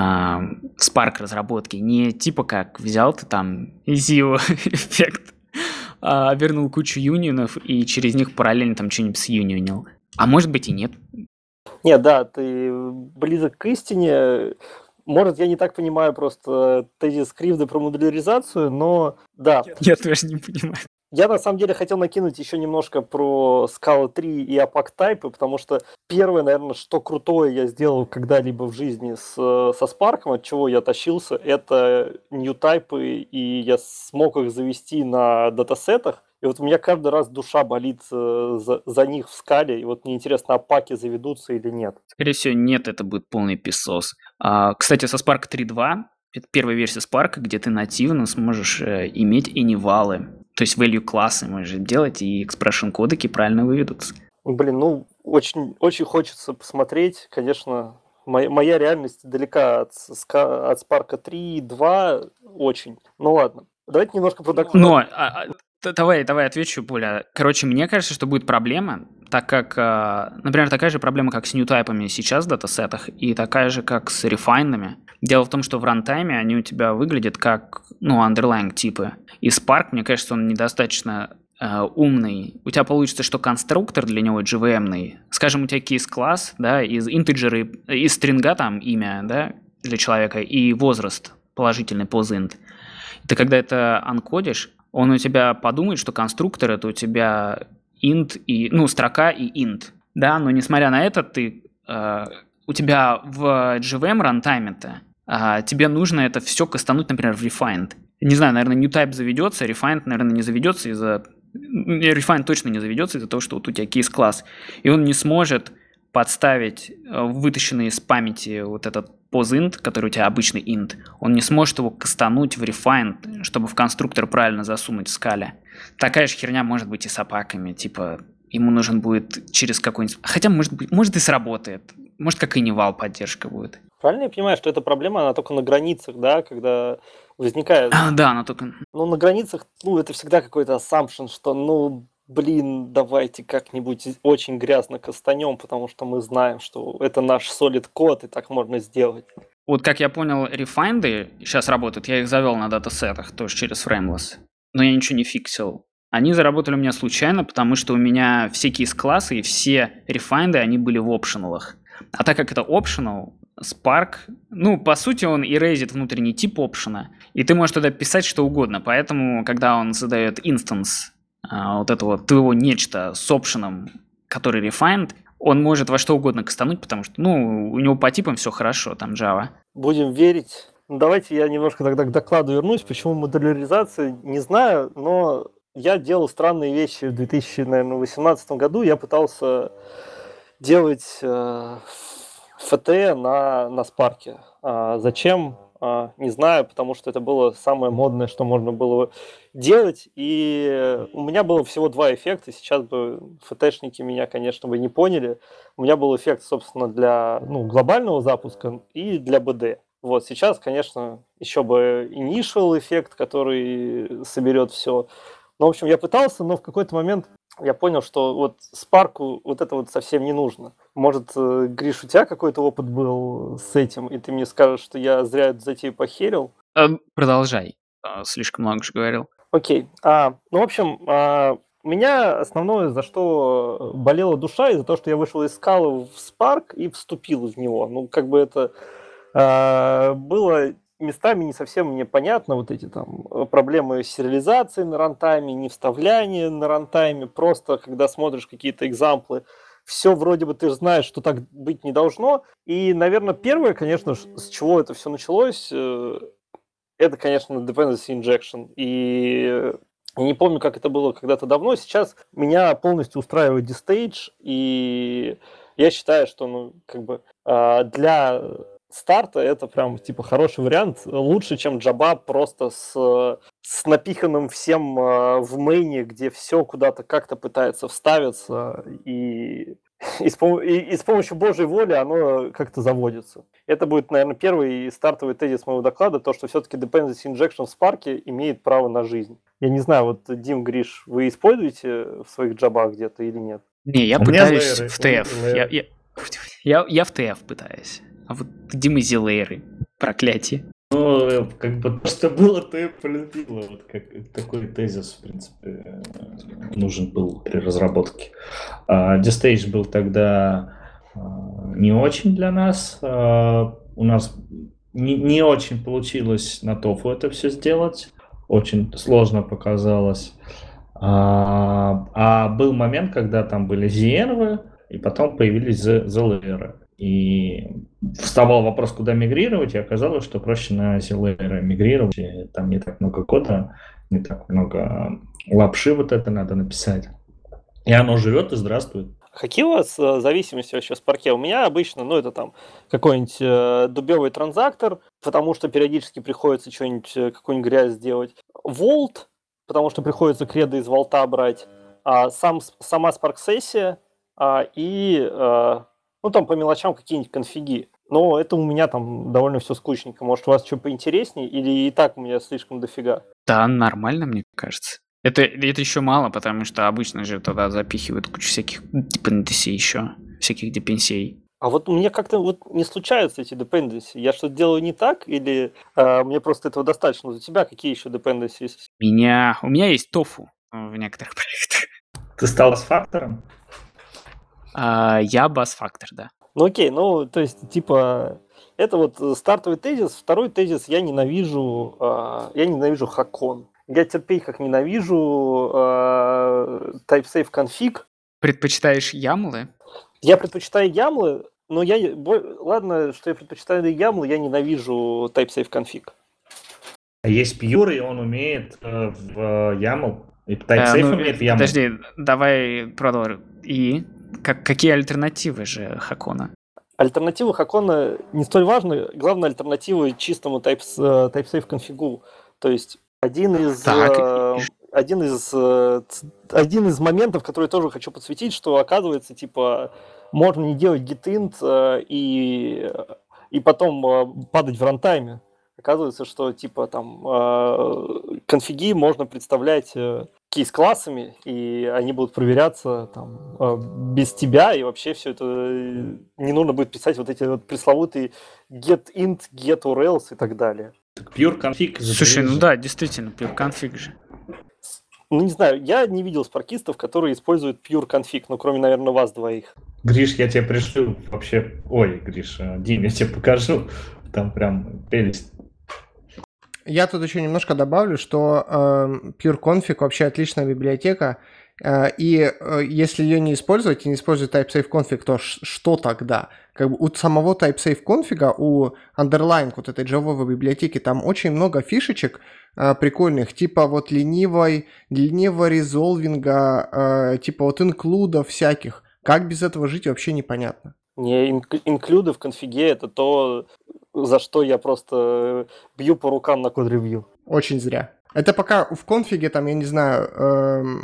в Spark разработке. Не типа как взял ты там ZIO эффект, вернул кучу юнионов и через них параллельно там что-нибудь сюнионил. А может быть и нет. Нет, да, ты близок к истине. Может, я не так понимаю просто тезис Кривды про модуляризацию, но да. Я тоже не понимаю. Я на самом деле хотел накинуть еще немножко про Scala 3 и APAC тайпы, потому что первое, наверное, что крутое я сделал когда-либо в жизни со Spark, от чего я тащился, это new тайпы, и я смог их завести на датасетах. И вот у меня каждый раз душа болит за них в скале, и вот мне интересно, апаки заведутся или нет. Скорее всего, нет, это будет полный писос. Кстати, со Spark 3.2, это первая версия Spark, где ты нативно сможешь иметь инивалы. То есть value классы можешь делать, и expression кодеки правильно выведутся. Блин, ну, очень, очень хочется посмотреть. Конечно, моя реальность далека от Spark 3.2 очень. Ну ладно. Давайте немножко про доклад. Но, давай отвечу, Поля. Короче, мне кажется, что будет проблема, так как, например, такая же проблема, как с ньютайпами сейчас в датасетах, и такая же, как с рефайнами. Дело в том, что в рантайме они у тебя выглядят как, underlying типы. И Spark, мне кажется, он недостаточно умный. У тебя получится, что конструктор для него JVM-ный. Скажем, у тебя кейс-класс, да, из интеджера, из стринга там имя, да, для человека, и возраст положительный posInt. Ты когда это анкодишь, он у тебя подумает, что конструктор это у тебя int и, строка и int. Да, но несмотря на это, у тебя в JVM рантайме-то тебе нужно это все кастануть, например, в refined. Не знаю, наверное, newtype заведется, refined, наверное, не заведется refined точно не заведется из-за того, что вот у тебя кейс-класс. И он не сможет подставить вытащенный из памяти вот этот posInt, который у тебя обычный int, он не сможет его кастануть в refined, чтобы в конструктор правильно засунуть в скале. Такая же херня может быть и с апаками, типа ему нужен будет через какой-нибудь... Хотя, может и сработает. Может, как и Nival поддержка будет. Правильно я понимаю, что эта проблема, она только на границах, да, когда возникает... Да, она только... Ну, на границах, это всегда какой-то assumption, что, давайте как-нибудь очень грязно кастанем, потому что мы знаем, что это наш solid код, и так можно сделать. Вот как я понял, рефайнды сейчас работают, я их завел на датасетах, тоже через Frameless, но я ничего не фиксил. Они заработали у меня случайно, потому что у меня все кейс-классы и все рефайнды, они были в опшеналах. А так как это optional, Spark, по сути, он эрейзит внутренний тип опшена, и ты можешь туда писать что угодно. Поэтому, когда он задает инстанс вот этого твоего нечто с опшеном, который refined, он может во что угодно кастануть, потому что, у него по типам все хорошо, там Java. Будем верить. Давайте я немножко тогда к докладу вернусь. Почему модуляризация, не знаю, но я делал странные вещи в 2018 году. Я пытался делать ФТ на Spark. Зачем? Не знаю, потому что это было самое модное, что можно было делать. И у меня было всего два эффекта. Сейчас бы ФТшники меня, конечно, бы не поняли. У меня был эффект, собственно, для глобального запуска и для БД. Вот сейчас, конечно, еще бы initial эффект, который соберет все. В общем, я пытался, но в какой-то момент я понял, что вот Spark'у вот это вот совсем не нужно. Может, Гриш, у тебя какой-то опыт был с этим, и ты мне скажешь, что я зря эту затею похерил? Продолжай. Слишком много же говорил. Окей. В общем, у меня основное, за что болела душа, из-за того, что я вышел из Scala в Spark и вступил в него. Это было местами не совсем мне понятно, вот эти там проблемы сериализации на рантайме, не вставляние на рантайме, просто когда смотришь какие-то экзамплы, все вроде бы ты знаешь, что так быть не должно. И, наверное, первое, конечно, с чего это все началось, это, конечно, dependency injection. И не помню, как это было когда-то давно. Сейчас меня полностью устраивает DStage, и я считаю, что для старта это прям хороший вариант, лучше, чем Java просто с напиханным всем в мейне, где все куда-то как-то пытается вставиться, и с помощью Божьей воли оно как-то заводится. Это будет, наверное, первый стартовый тезис моего доклада, то, что все-таки dependency injection в Spark имеет право на жизнь. Я не знаю, Дим, Гриш, вы используете в своих джабах где-то или нет? Не, я пытаюсь в TF. Я в TF пытаюсь. А вот Дима Зилейры. Проклятие. То, что было, то и полюбило. Вот как такой тезис, в принципе, нужен был при разработке. DStage был тогда не очень для нас. У нас не очень получилось на TOEFL это все сделать. Очень сложно показалось. А был момент, когда там были ZR, и потом появились ZLR. И вставал вопрос, куда мигрировать, и оказалось, что проще на ZLR мигрировать. И там не так много кода, не так много лапши вот это надо написать. И оно живет и здравствует. Какие у вас зависимости вообще в Spark? У меня обычно, это там какой-нибудь дубовый транзактор, потому что периодически приходится какую-нибудь грязь сделать. Vault, потому что приходится креды из Vault брать. Сама Spark-сессия и... там по мелочам какие-нибудь конфиги. Но это у меня там довольно все скучненько. Может, у вас что поинтереснее? Или и так у меня слишком дофига? Да, нормально, мне кажется. Это еще мало, потому что обычно же туда запихивают кучу всяких депенденсий еще, всяких депенсей. А вот у меня как-то не случаются эти депенденси. Я что-то делаю не так? Или мне просто этого достаточно? У тебя какие еще депенденси есть? У меня есть тофу в некоторых проектах. Ты стал с фактором? Я бас-фактор, да. Окей, то есть, это стартовый тезис. Второй тезис, я ненавижу Hakon. Я терпеть как ненавижу TypeSafe конфиг. Предпочитаешь ямлы? Я предпочитаю ямлы, но ладно, что я предпочитаю ямлы, я ненавижу TypeSafe конфиг. Есть Pure, и он умеет в YAML. И TypeSafe умеет в YAML. Подожди, давай продолжим. И какие альтернативы же Хакона? Альтернативы Хакона не столь важны. Главное, альтернативы чистому TypeSafe конфигу. То есть один из моментов, который тоже хочу подсветить, что оказывается, типа, можно не делать gitint и потом падать в рантайме. Оказывается, что типа там конфиги можно представлять кейс-классами, и они будут проверяться там без тебя, и вообще все это не нужно будет писать вот эти вот пресловутые getInt, getURLs и так далее. Pure config. Слушай, ну да, действительно, pure config же. Ну, не знаю, я не видел спаркистов, которые используют pure config, ну, кроме, наверное, вас двоих. Гриш, я тебе пришлю вообще... Ой, Гриш, Дим, я тебе покажу. Там прям прелесть. Я тут еще немножко добавлю, что Pure Config вообще отличная библиотека, и если ее не использовать и не использовать TypeSafe config, то что тогда? Как бы у самого TypeSafe конфига, у underlying вот этой джавовой библиотеки, там очень много фишечек прикольных, типа вот ленивого резолвинга, типа вот инклюдов всяких. Как без этого жить, вообще непонятно. Не, инклюды в конфиге — это то, за что я просто бью по рукам на код-ревью. Очень зря. Это пока в конфиге, там, я не знаю,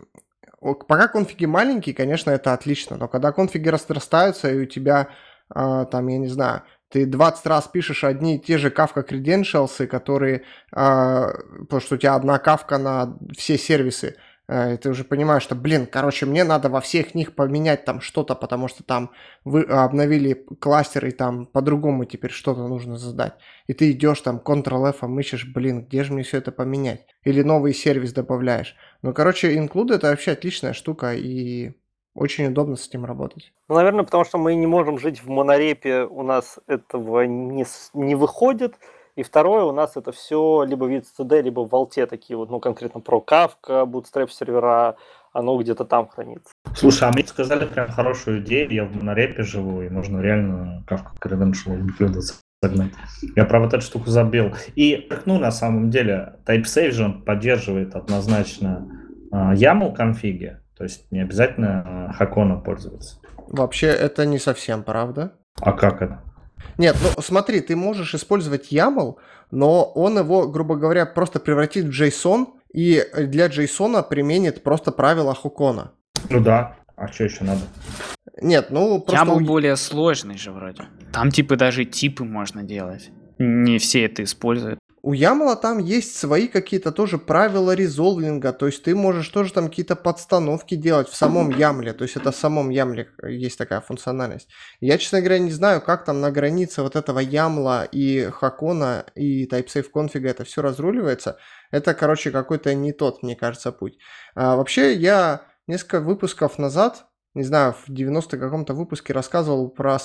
пока конфиги маленькие, конечно, это отлично, но когда конфиги разрастаются, и у тебя, там, я не знаю, ты 20 раз пишешь одни и те же Kafka credentials, которые, потому что у тебя одна кавка на все сервисы, и ты уже понимаешь, что, короче, мне надо во всех них поменять там что-то, потому что там вы обновили кластер, и там по-другому теперь что-то нужно создать. И ты идешь там Ctrl-F, ищешь, где же мне все это поменять? Или новый сервис добавляешь. Ну, короче, include — это вообще отличная штука, и очень удобно с этим работать. Ну, наверное, потому что мы не можем жить в монорепе, у нас этого не выходит. И второе, у нас это все либо в etcd, либо в Vault такие вот, ну, конкретно про Kafka, Bootstrap сервера, оно где-то там хранится. Слушай, а мне сказали прям хорошую идею, я в монорепе живу, и можно реально Kafka Credential include загнать. Я про вот эту штуку забил. И, ну, на самом деле, TypeSafe же он поддерживает однозначно YAML конфиги, то есть не обязательно Hakona пользоваться. Вообще, это не совсем правда. А как это? Нет, ну смотри, ты можешь использовать YAML, но он его, грубо говоря, просто превратит в JSON и для JSON применит просто правила Хокона. Ну да, а что еще надо? Нет, ну просто... YAML более сложный же вроде. Там типа даже типы можно делать. Не все это используют. У YAML там есть свои какие-то тоже правила резолвинга, то есть ты можешь тоже там какие-то подстановки делать в самом YAML, то есть это в самом YAML есть такая функциональность. Я, честно говоря, не знаю, как там на границе вот этого YAML и Hakona и TypeSafe конфига это все разруливается. Это, короче, какой-то не тот, мне кажется, путь. Вообще, я несколько выпусков назад, не знаю, в 90 каком-то выпуске рассказывал про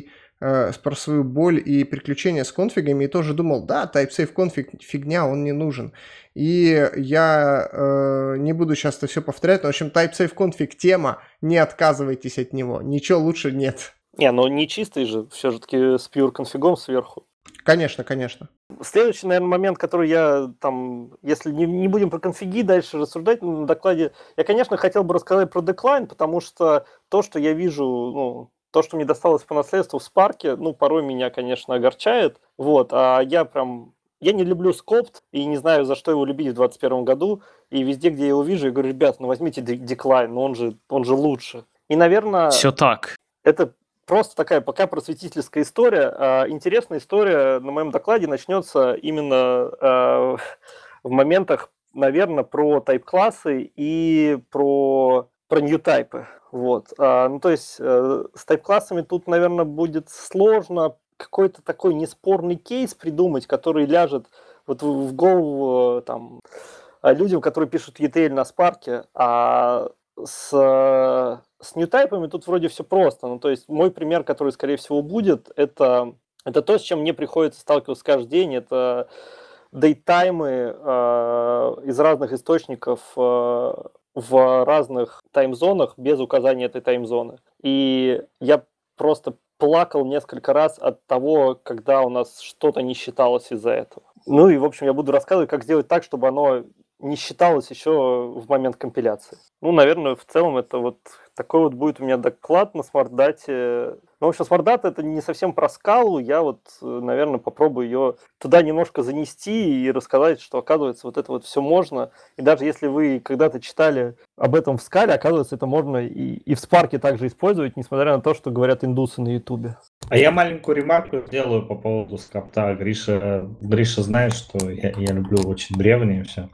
свою боль и приключения с конфигами, и тоже думал, да, TypeSafe конфиг фигня, он не нужен. И я не буду сейчас это все повторять, но, в общем, TypeSafe конфиг тема, не отказывайтесь от него, ничего лучше нет. Не, но не чистый же, все-таки с pure конфигом сверху. Конечно, конечно. Следующий, наверное, момент, который я там, если не будем про конфиги дальше рассуждать на докладе, я, конечно, хотел бы рассказать про деклайн, потому что то, что я вижу, ну, то, что мне досталось по наследству в Spark, ну, порой меня, конечно, огорчает. Вот, а я не люблю Scopt и не знаю, за что его любить в 2021 году. И везде, где я его вижу, я говорю, ребят, ну возьмите Decline, но он же лучше. И, наверное... Все так. Это просто такая пока просветительская история. Интересная история на моем докладе начнется именно в моментах, наверное, про тайп-классы и про new-тайпы. Вот. Ну, то есть с тайп-классами тут, наверное, будет сложно какой-то такой неспорный кейс придумать, который ляжет вот в голову там, людям, которые пишут ETL на Spark, а с new-тайпами тут вроде все просто. Ну, то есть мой пример, который, скорее всего, будет, это то, с чем мне приходится сталкиваться каждый день, это дейтаймы из разных источников в разных таймзонах без указания этой таймзоны. И я просто плакал несколько раз от того, когда у нас что-то не считалось из-за этого. Ну и, в общем, я буду рассказывать, как сделать так, чтобы оно не считалось еще в момент компиляции. Ну, наверное, в целом это вот Такой вот будет у меня доклад на SmartData. Ну, в общем, SmartData это не совсем про скалу. Я вот, наверное, попробую ее туда немножко занести и рассказать, что, оказывается, вот это вот все можно. И даже если вы когда-то читали об этом в скале, оказывается, это можно и в Spark также использовать, несмотря на то, что говорят индусы на Ютубе. А я маленькую ремарку сделаю по поводу скопта. Гриша знает, что я люблю очень древнее все.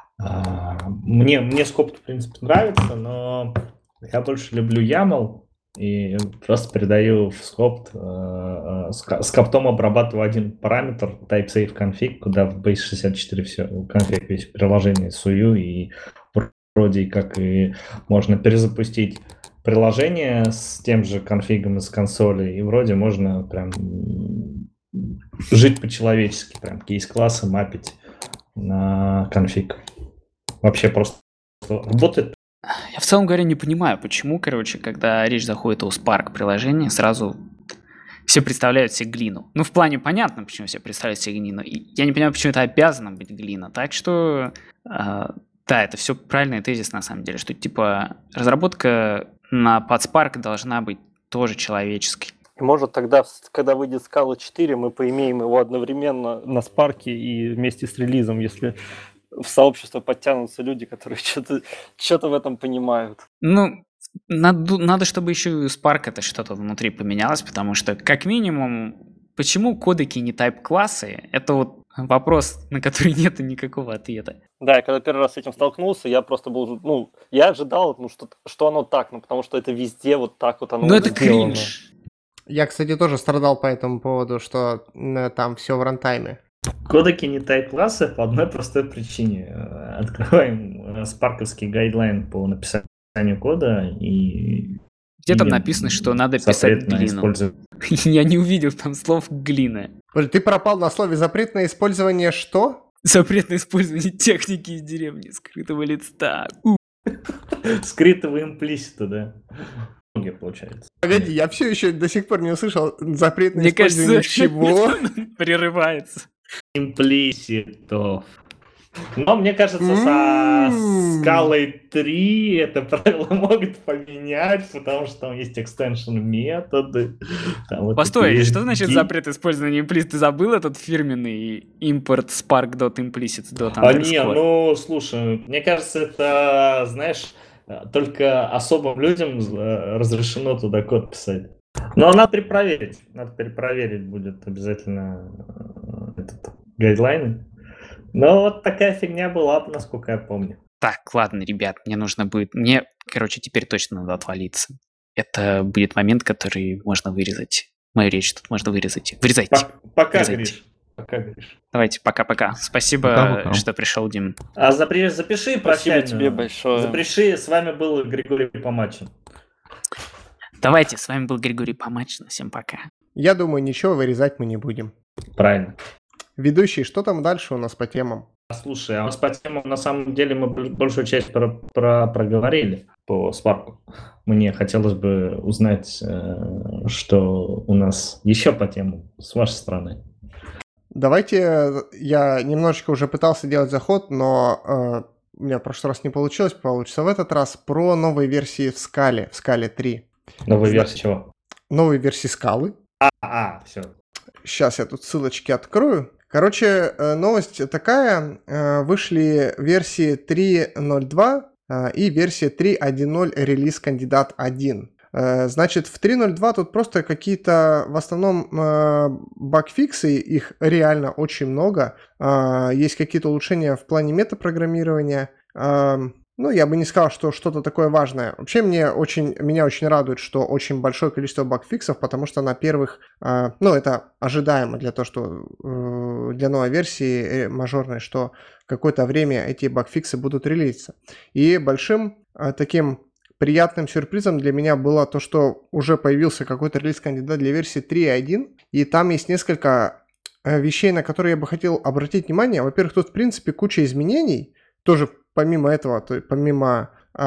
Мне скопт, в принципе, нравится, но я больше люблю YAML и просто передаю в скопт. Скоптом обрабатываю один параметр type-safe config, куда в base64 все конфиг весь приложение сую, и вроде как и можно перезапустить приложение с тем же конфигом из консоли, и вроде можно прям жить по-человечески, прям кейс-классы мапить на конфиг. Вообще просто работает. Я в целом говоря не понимаю, почему, когда речь заходит о Spark приложении, сразу все представляют себе глину. Ну, в плане понятно, почему все представляют себе глину. И я не понимаю, почему это обязано быть глина. Так что, да, это все правильный тезис на самом деле, что типа разработка под Spark должна быть тоже человеческой. И может тогда, когда выйдет Scala 4, мы поимеем его одновременно на Spark и вместе с релизом, если в сообщество подтянутся люди, которые что-то в этом понимают. Ну, надо, чтобы еще и у Spark это что-то внутри поменялось, потому что, как минимум, почему кодеки не тайп-классы, это вот вопрос, на который нет никакого ответа. Да, я когда первый раз с этим столкнулся, я просто был, я ожидал, что оно так, потому что это везде вот так вот оно это сделано. кринж. Я, кстати, тоже страдал по этому поводу, что там все в рантайме. Кодеки не type-классы по одной простой причине. Открываем спарковский гайдлайн по написанию кода и... Где там написано, что надо писать глину? Я не увидел там слов глина. Ты пропал на слове «запрет на использование» что? Запрет на использование техники из деревни скрытого лица. Скрытого имплисита, да. Получается. Погоди, я все еще до сих пор не услышал запрет на использование чего? Прерывается. Имплиситов. Но мне кажется, со скалой 3 это правило могут поменять, потому что там есть extension методы. Постой, что значит запрет использования implicit? Ты забыл этот фирменный import spark.implicit? Не, слушай, мне кажется, это, знаешь, только особым людям разрешено туда код писать. Но надо перепроверить будет обязательно этот гайдлайн. Но вот такая фигня была, насколько я помню. Так, ладно, ребят, мне, теперь точно надо отвалиться. Это будет момент, который можно вырезать. Мою речь тут можно вырезать. Вырезайте. Пока, Гриш. Давайте, пока-пока. Спасибо, что пришел, Дим. А запиши прощальную. Спасибо тебе большое. Запиши, с вами был Григорий Помачин. Давайте, с вами был Григорий Помачин. Всем пока. Я думаю, ничего вырезать мы не будем. Правильно. Ведущий, что там дальше у нас по темам? Слушай, а у нас по темам на самом деле мы большую часть проговорили по Spark. Мне хотелось бы узнать, что у нас еще по темам с вашей стороны. Давайте, я немножечко уже пытался делать заход, но у меня в прошлый раз не получилось, получится в этот раз, про новые версии в Scala 3. Новые версии чего? Новые версии Scala. Все. Сейчас я тут ссылочки открою. Короче, новость такая. Вышли версии 3.0.2 и версия 3.1.0 релиз кандидат 1. Значит, в 3.0.2 тут просто какие-то, в основном, багфиксы, их реально очень много. Есть какие-то улучшения в плане метапрограммирования. Я бы не сказал, что что-то такое важное. Вообще, меня очень радует, что очень большое количество багфиксов, потому что на первых... это ожидаемо для того, что для новой версии мажорной, что какое-то время эти багфиксы будут релизиться. И большим таким приятным сюрпризом для меня было то, что уже появился какой-то релиз-кандидат для версии 3.1, и там есть несколько вещей, на которые я бы хотел обратить внимание. Во-первых, тут, в принципе, куча изменений, тоже помимо этого, помимо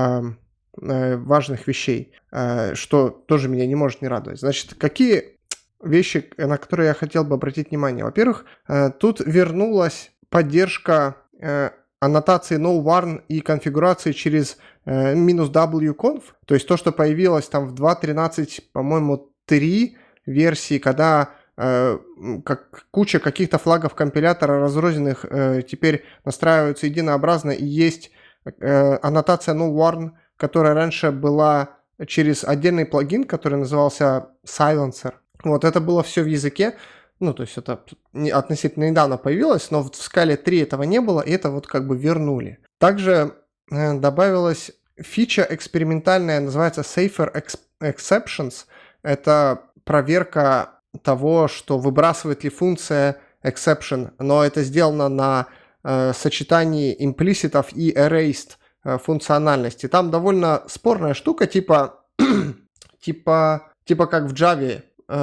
важных вещей, что тоже меня не может не радовать. Значит, какие вещи, на которые я хотел бы обратить внимание? Во-первых, тут вернулась поддержка аннотации no-warn и конфигурации через -wconf, то есть то, что появилось там в 2.13, по-моему, 3 версии, когда как куча каких-то флагов компилятора разрозненных теперь настраиваются единообразно, и есть аннотация no-warn, которая раньше была через отдельный плагин, который назывался Silencer. Вот это было все в языке, ну, то есть это относительно недавно появилось, но в Scala 3 этого не было, и это вот как бы вернули. Также добавилась фича экспериментальная, называется Safer Exceptions. Это проверка того, что выбрасывает ли функция exception, но это сделано на сочетании имплиситов и erased функциональности. Там довольно спорная штука, типа как в Java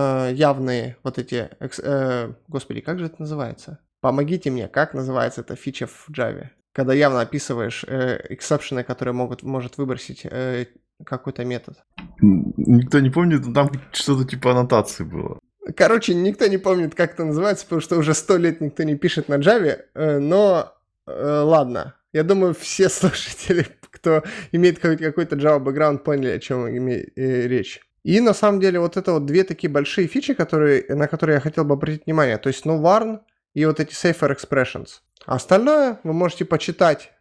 явные вот эти... Господи, как же это называется? Помогите мне, как называется эта фича в Java? Когда явно описываешь эксепшены, которые может выбросить какой-то метод. Никто не помнит, но там что-то типа аннотации было. Короче, никто не помнит, как это называется, потому что уже 100 лет никто не пишет на Java, но ладно. Я думаю, все слушатели, кто имеет какой-то Java бэкграунд, поняли, о чем речь. И на самом деле вот это вот две такие большие фичи, на которые я хотел бы обратить внимание. То есть no-warn и вот эти safer expressions. А остальное вы можете почитать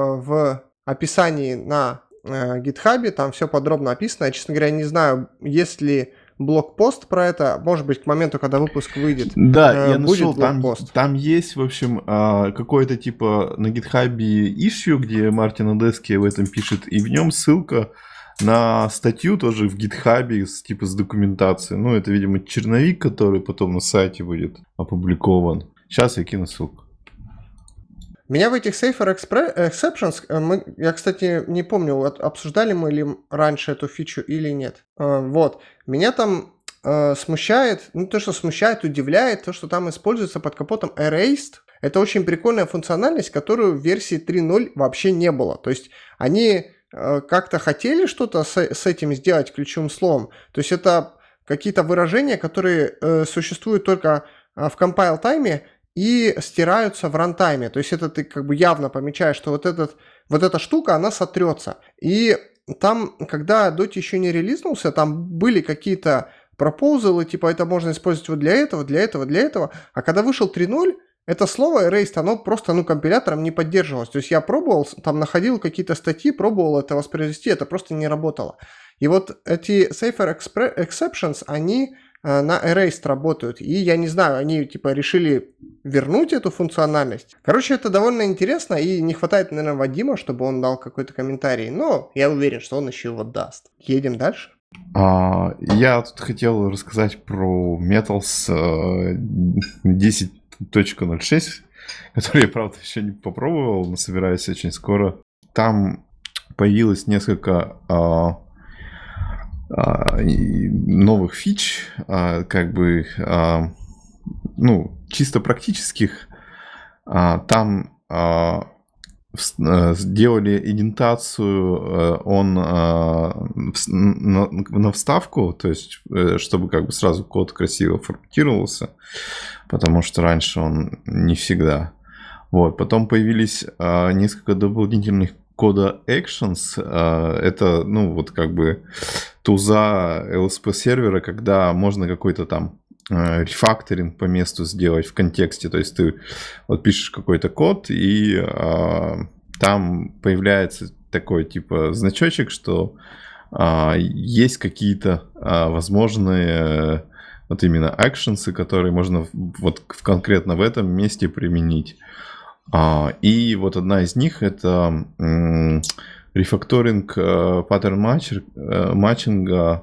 в описании на GitHub, там все подробно описано. Я, честно говоря, не знаю, есть ли блокпост про это. Может быть, к моменту, когда выпуск выйдет, да, я будет нашел, блокпост. Там есть, в общем, какой-то типа на GitHub issue, где Мартин Одески в этом пишет, и в нем ссылка на статью тоже в GitHub с документацией. Ну, это, видимо, черновик, который потом на сайте будет опубликован. Сейчас я кину ссылку. Меня в этих Safer Exceptions, я, кстати, не помню, обсуждали мы ли раньше эту фичу или нет. Вот. Меня там смущает, ну, то, что смущает, удивляет, то, что там используется под капотом erased. Это очень прикольная функциональность, которую в версии 3.0 вообще не было. То есть они как-то хотели что-то с этим сделать ключевым словом. То есть это какие-то выражения, которые существуют только в compile тайме и стираются в рантайме. То есть это ты как бы явно помечаешь, что вот эта штука, она сотрется. И там, когда Dotty еще не релизнулся, там были какие-то пропозалы, типа это можно использовать вот для этого. А когда вышел 3.0, это слово erased, оно просто, компилятором не поддерживалось. То есть я пробовал, там находил какие-то статьи, пробовал это воспроизвести, это просто не работало. И вот эти safer exceptions, они на erased работают. И я не знаю, они решили вернуть эту функциональность. Короче, это довольно интересно, и не хватает, наверное, Вадима, чтобы он дал какой-то комментарий. Но я уверен, что он еще его даст. Едем дальше. Я тут хотел рассказать про Metals 10.06, который я, правда, еще не попробовал, но собираюсь очень скоро. Там появилось несколько новых фич, чисто практических. Там сделали индентацию на вставку, то есть чтобы сразу код красиво форматировался, потому что раньше он не всегда. Вот. Потом появились несколько дополнительных кода actions. Это, туза LSP сервера, когда можно какой-то там рефакторинг по месту сделать в контексте. То есть ты пишешь какой-то код, и там появляется такой значочек, что есть какие-то возможные именно actions, которые можно конкретно в этом месте применить. И одна из них это рефакторинг паттерн матчинга,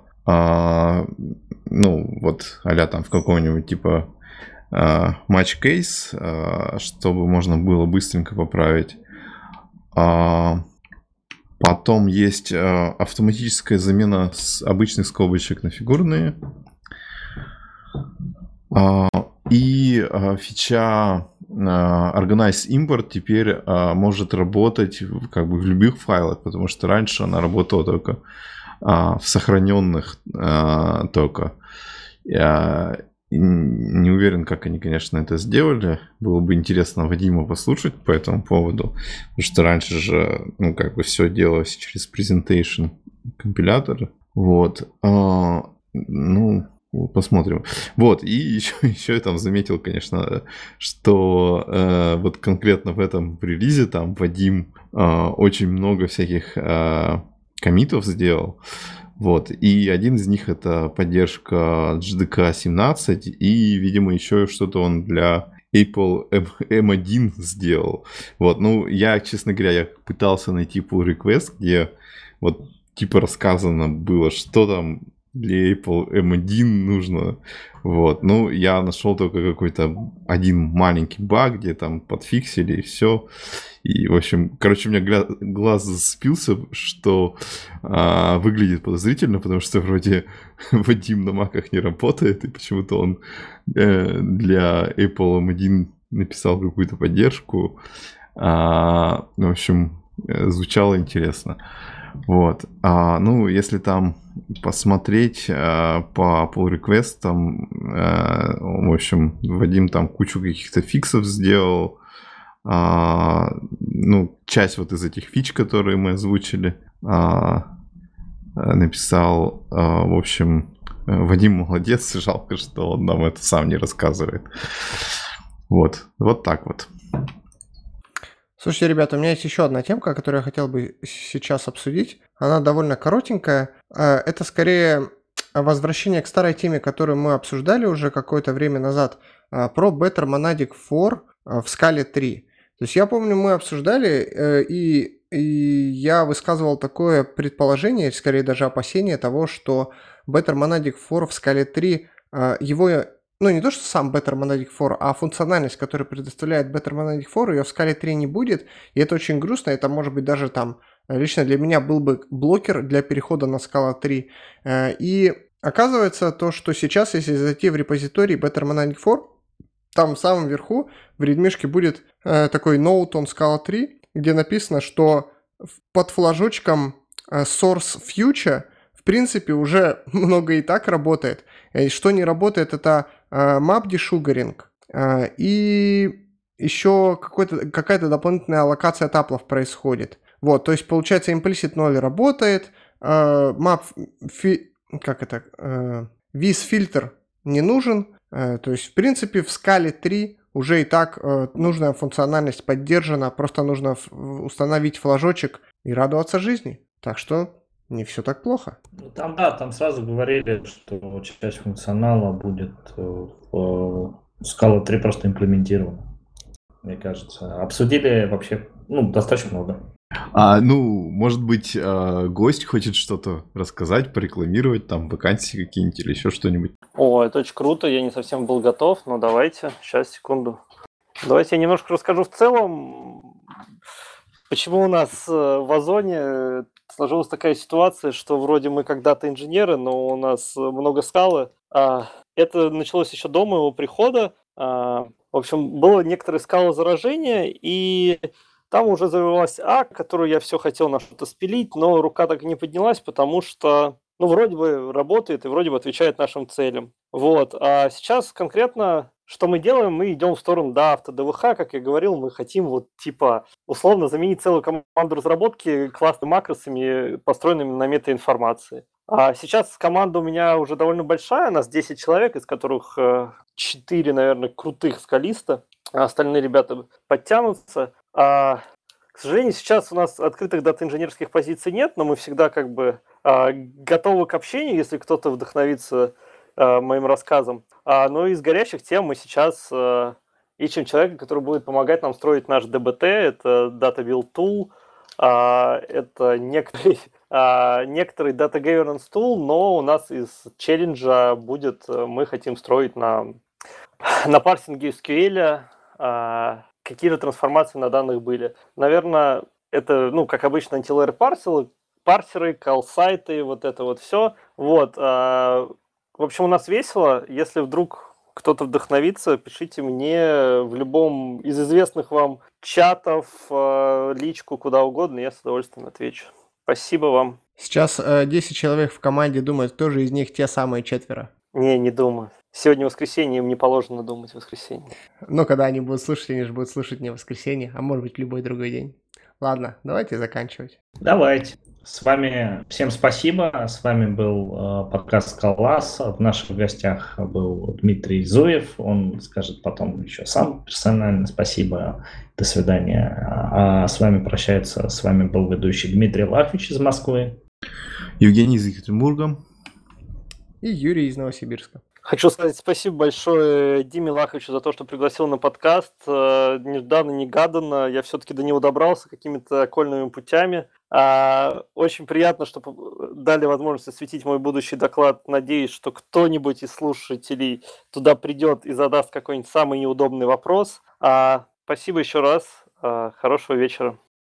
а-ля там в каком-нибудь матч кейс, чтобы можно было быстренько поправить. Потом есть автоматическая замена с обычных скобочек на фигурные. И фича Organize Import теперь может работать в любых файлах, потому что раньше она работала только в сохраненных только. Не уверен, как они, конечно, это сделали. Было бы интересно Вадима послушать по этому поводу. Потому что раньше же, ну, как бы все делалось через presentation компилятор. Вот. Ну, посмотрим. Вот, и еще я там заметил, конечно, что вот конкретно в этом релизе там Вадим очень много всяких коммитов сделал. Вот, и один из них это поддержка JDK 17, и, видимо, еще что-то он для Apple M1 сделал. Вот, ну, я, честно говоря, я пытался найти pull request, где вот типа рассказано было, что там для Apple M1 нужно. Вот, ну, я нашел только какой-то один маленький баг, где там подфиксили и все. И, в общем, короче, у меня глаз зацепился, что выглядит подозрительно, потому что вроде Вадим на маках не работает, и почему-то он для Apple M1 написал какую-то поддержку. В общем, звучало интересно. Вот. Ну, если там посмотреть по pull реквестам, в общем, Вадим там кучу каких-то фиксов сделал. Ну, часть вот из этих фич, которые мы озвучили, написал. В общем, Вадим молодец, жалко, что он нам это сам не рассказывает. Вот так вот. Слушайте, ребята, у меня есть еще одна темка, которую я хотел бы сейчас обсудить. Она довольно коротенькая. Это скорее возвращение к старой теме, которую мы обсуждали уже какое-то время назад, про Better Monadic 4 в Scala 3. То есть я помню, мы обсуждали, и я высказывал такое предположение, скорее даже опасение того, что Better Monadic 4 в Scala 3, его... Ну, не то, что сам Better Monadic 4, а функциональность, которую предоставляет Better Monadic 4, ее в Scala 3 не будет, и это очень грустно, это может быть даже там, лично для меня был бы блокер для перехода на Scala 3, и оказывается то, что сейчас, если зайти в репозиторий Better Monadic 4, там в самом верху в редмишке будет такой note on Scala 3, где написано, что под флажочком source future в принципе уже много и так работает. И что не работает, это map desugaring и еще какая-то дополнительная аллокация таплов происходит. Вот, то есть получается implicit 0 работает, map vis filter не нужен. То есть в принципе в Scala 3 уже и так нужная функциональность поддержана, просто нужно установить флажочек и радоваться жизни. Так что не все так плохо. Там сразу говорили, что часть функционала будет в Scala 3 просто имплементирована, мне кажется. Обсудили вообще, достаточно много. Ну, может быть, гость хочет что-то рассказать, порекламировать, там, вакансии какие-нибудь или еще что-нибудь? О, это очень круто, я не совсем был готов, но давайте, сейчас, секунду. Давайте я немножко расскажу в целом, почему у нас в Озоне сложилась такая ситуация, что вроде мы когда-то инженеры, но у нас много скалы. Это началось еще до моего прихода. В общем, было некоторое скалозаражение, и там уже завелась которую я все хотел на что-то спилить, но рука так и не поднялась, потому что, вроде бы работает и вроде бы отвечает нашим целям. Вот. А сейчас конкретно, что мы делаем, мы идем в сторону ДВХ, как я говорил, мы хотим условно заменить целую команду разработки классными макросами, построенными на метаинформации. А сейчас команда у меня уже довольно большая, нас 10 человек, из которых 4, наверное, крутых скалиста, а остальные ребята подтянутся. К сожалению, сейчас у нас открытых дата-инженерских позиций нет, но мы всегда готовы к общению, если кто-то вдохновится моим рассказом. Но из горячих тем мы сейчас ищем человека, который будет помогать нам строить наш ДБТ. Это Data Build Tool, это некоторый Data Governance Tool, но у нас из челленджа мы хотим строить на парсинге SQL, какие же трансформации на данных были. Наверное, это, как обычно, антилейер парсеры, колл-сайты, вот это вот все. Вот. В общем, у нас весело. Если вдруг кто-то вдохновится, пишите мне в любом из известных вам чатов, личку, куда угодно, я с удовольствием отвечу. Спасибо вам. Сейчас 10 человек в команде думают, кто же из них те самые 4. Не думаю. Сегодня воскресенье, им не положено думать в воскресенье. Но когда они будут слушать, они же будут слушать не в воскресенье, а может быть в любой другой день. Ладно, давайте заканчивать. Давайте. С вами всем спасибо. С вами был подкаст «Скалолаз». В наших гостях был Дмитрий Зуев. Он скажет потом еще сам персонально спасибо. До свидания. А с вами прощается. С вами был ведущий Дмитрий Лахович из Москвы. Евгений из Екатеринбурга. И Юрий из Новосибирска. Хочу сказать спасибо большое Диме Лаховичу за то, что пригласил на подкаст. Нежданно-негаданно я все-таки до него добрался какими-то окольными путями. Очень приятно, что дали возможность осветить мой будущий доклад. Надеюсь, что кто-нибудь из слушателей туда придет и задаст какой-нибудь самый неудобный вопрос. Спасибо еще раз. Хорошего вечера.